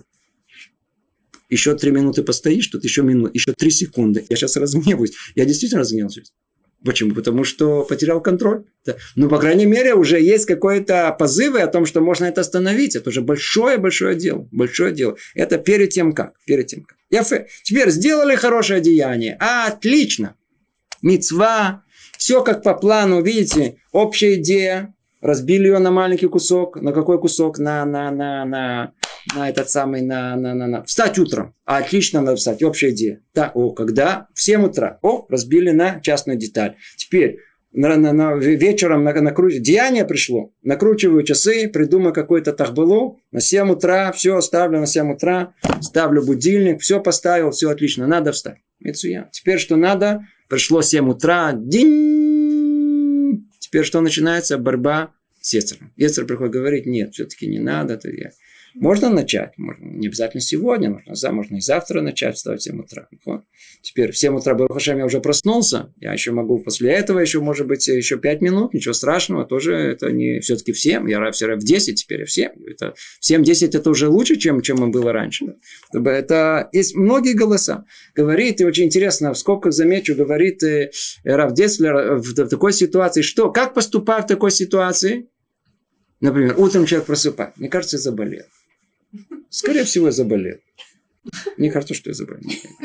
Еще три минуты постоишь, тут еще минут, еще три секунды. Я сейчас разгневаюсь. Я действительно разгневался. Почему? Потому что потерял контроль. Да. Ну, по крайней мере, уже есть какое-то позывы о том, что можно это остановить. Это уже большое-большое дело. Большое дело. Это перед тем как. Перед тем как. Яфе. Теперь сделали хорошее деяние. Отлично. Мицва. Все как по плану. Видите, общая идея. Разбили ее на маленький кусок. На какой кусок? На, на, на, на, на этот самый, на, на, на, на. Встать утром. А, отлично надо встать. Общая идея. Да, о, когда? В семь утра. О, разбили на частную деталь. Теперь на, на, на, вечером на, накручиваю. Деяние пришло. Накручиваю часы, придумаю какой-то тахбалу. На семь утра. Все, ставлю на семь утра. Ставлю будильник. Все поставил. Все отлично. Надо встать. Мицуя. Теперь что надо? Пришло семь утра. Динь. Теперь что начинается? Борьба с Ецером. Ецер приходит говорить, нет, все-таки не надо. Это я. Можно начать. Можно, не обязательно сегодня. Можно, можно и завтра начать вставать в семь утра. Вот. Теперь в семь утра, Барух Ашем, я уже проснулся. Я еще могу после этого, еще может быть, еще пять минут. Ничего страшного. Тоже это не все-таки в семь. Я вчера в десять, теперь в семь. Это, в семь-десять это уже лучше, чем, чем было раньше. Да? Это есть многие голоса. Говорит, и очень интересно, в скобках замечу, говорит э, Рав Децлер в, в такой ситуации, что, как поступать в такой ситуации? Например, утром человек просыпает. Мне кажется, я заболел. Скорее всего, я заболел. Мне кажется, что я заболел.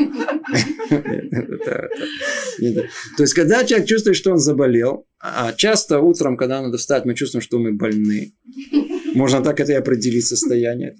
То есть, когда человек чувствует, что он заболел, а часто утром, когда надо встать, мы чувствуем, что мы больны. Можно так это и определить состояние.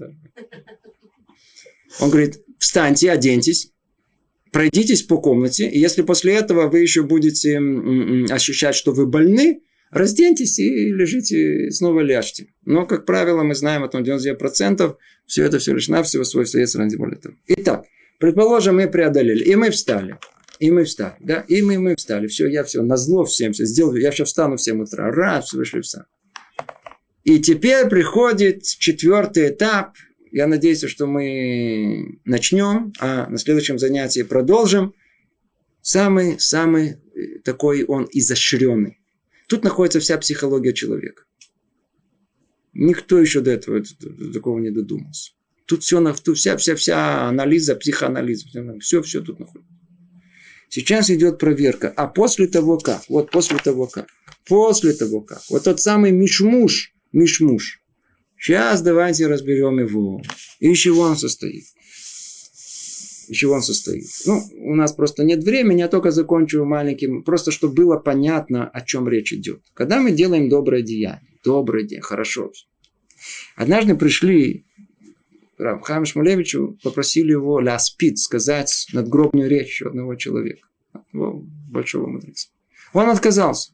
Он говорит, встаньте, оденьтесь, пройдитесь по комнате, и если после этого вы еще будете ощущать, что вы больны, разденьтесь и лежите, снова ляжьте. Но, как правило, мы знаем о том, девяносто девять процентов все это все лишь навсего свой совет ради более того. Итак, предположим, мы преодолели, и мы встали. И мы встали, да, и мы, мы встали. Все, я все, назло всем все сделал. Я сейчас встану в семь утра. Раз, все вышли в сад. И теперь приходит четвертый этап. Я надеюсь, что мы начнем, а на следующем занятии продолжим. Самый-самый такой он изощренный. Тут находится вся психология человека. Никто еще до этого до такого не додумался. Тут все, тут вся, вся, вся анализа, психоанализ, все, все тут находится. Сейчас идет проверка. А после того как? Вот после того как? После того как? Вот тот самый мишмуш, мишмуш. Сейчас давайте разберем его. И из чего он состоит? Из чего он состоит? Ну, у нас просто нет времени, я только закончу маленьким, просто чтобы было понятно, о чем речь идет. Когда мы делаем доброе деяние, доброе деяние, хорошо. Однажды пришли к Рав Хаиму Шмулевичу, попросили его ляспид, сказать надгробную речь одного человека, одного большого мудреца. Он отказался.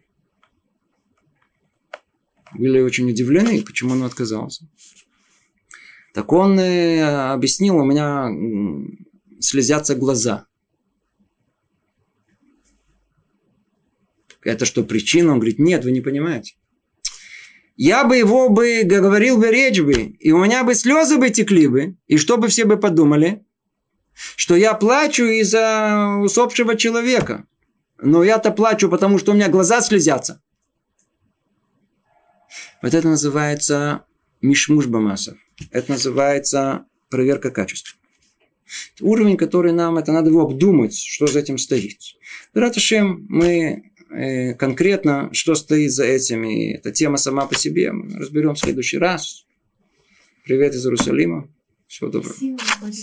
Были очень удивлены, почему он отказался. Так он э, объяснил, у меня э, слезятся глаза. Это что, причина? Он говорит, нет, вы не понимаете. Я бы его бы, говорил бы речь бы, и у меня бы слезы бы текли бы, и что бы все бы подумали, что я плачу из-за усопшего человека. Но я-то плачу, потому что у меня глаза слезятся. Вот это называется мишмуш бамасов. Это называется проверка качества. Уровень, который нам, это надо его обдумать, что за этим стоит. Рат Ашем, мы э, конкретно, что стоит за этим, и эта тема сама по себе, мы разберем в следующий раз. Привет из Иерусалима. Всего доброго.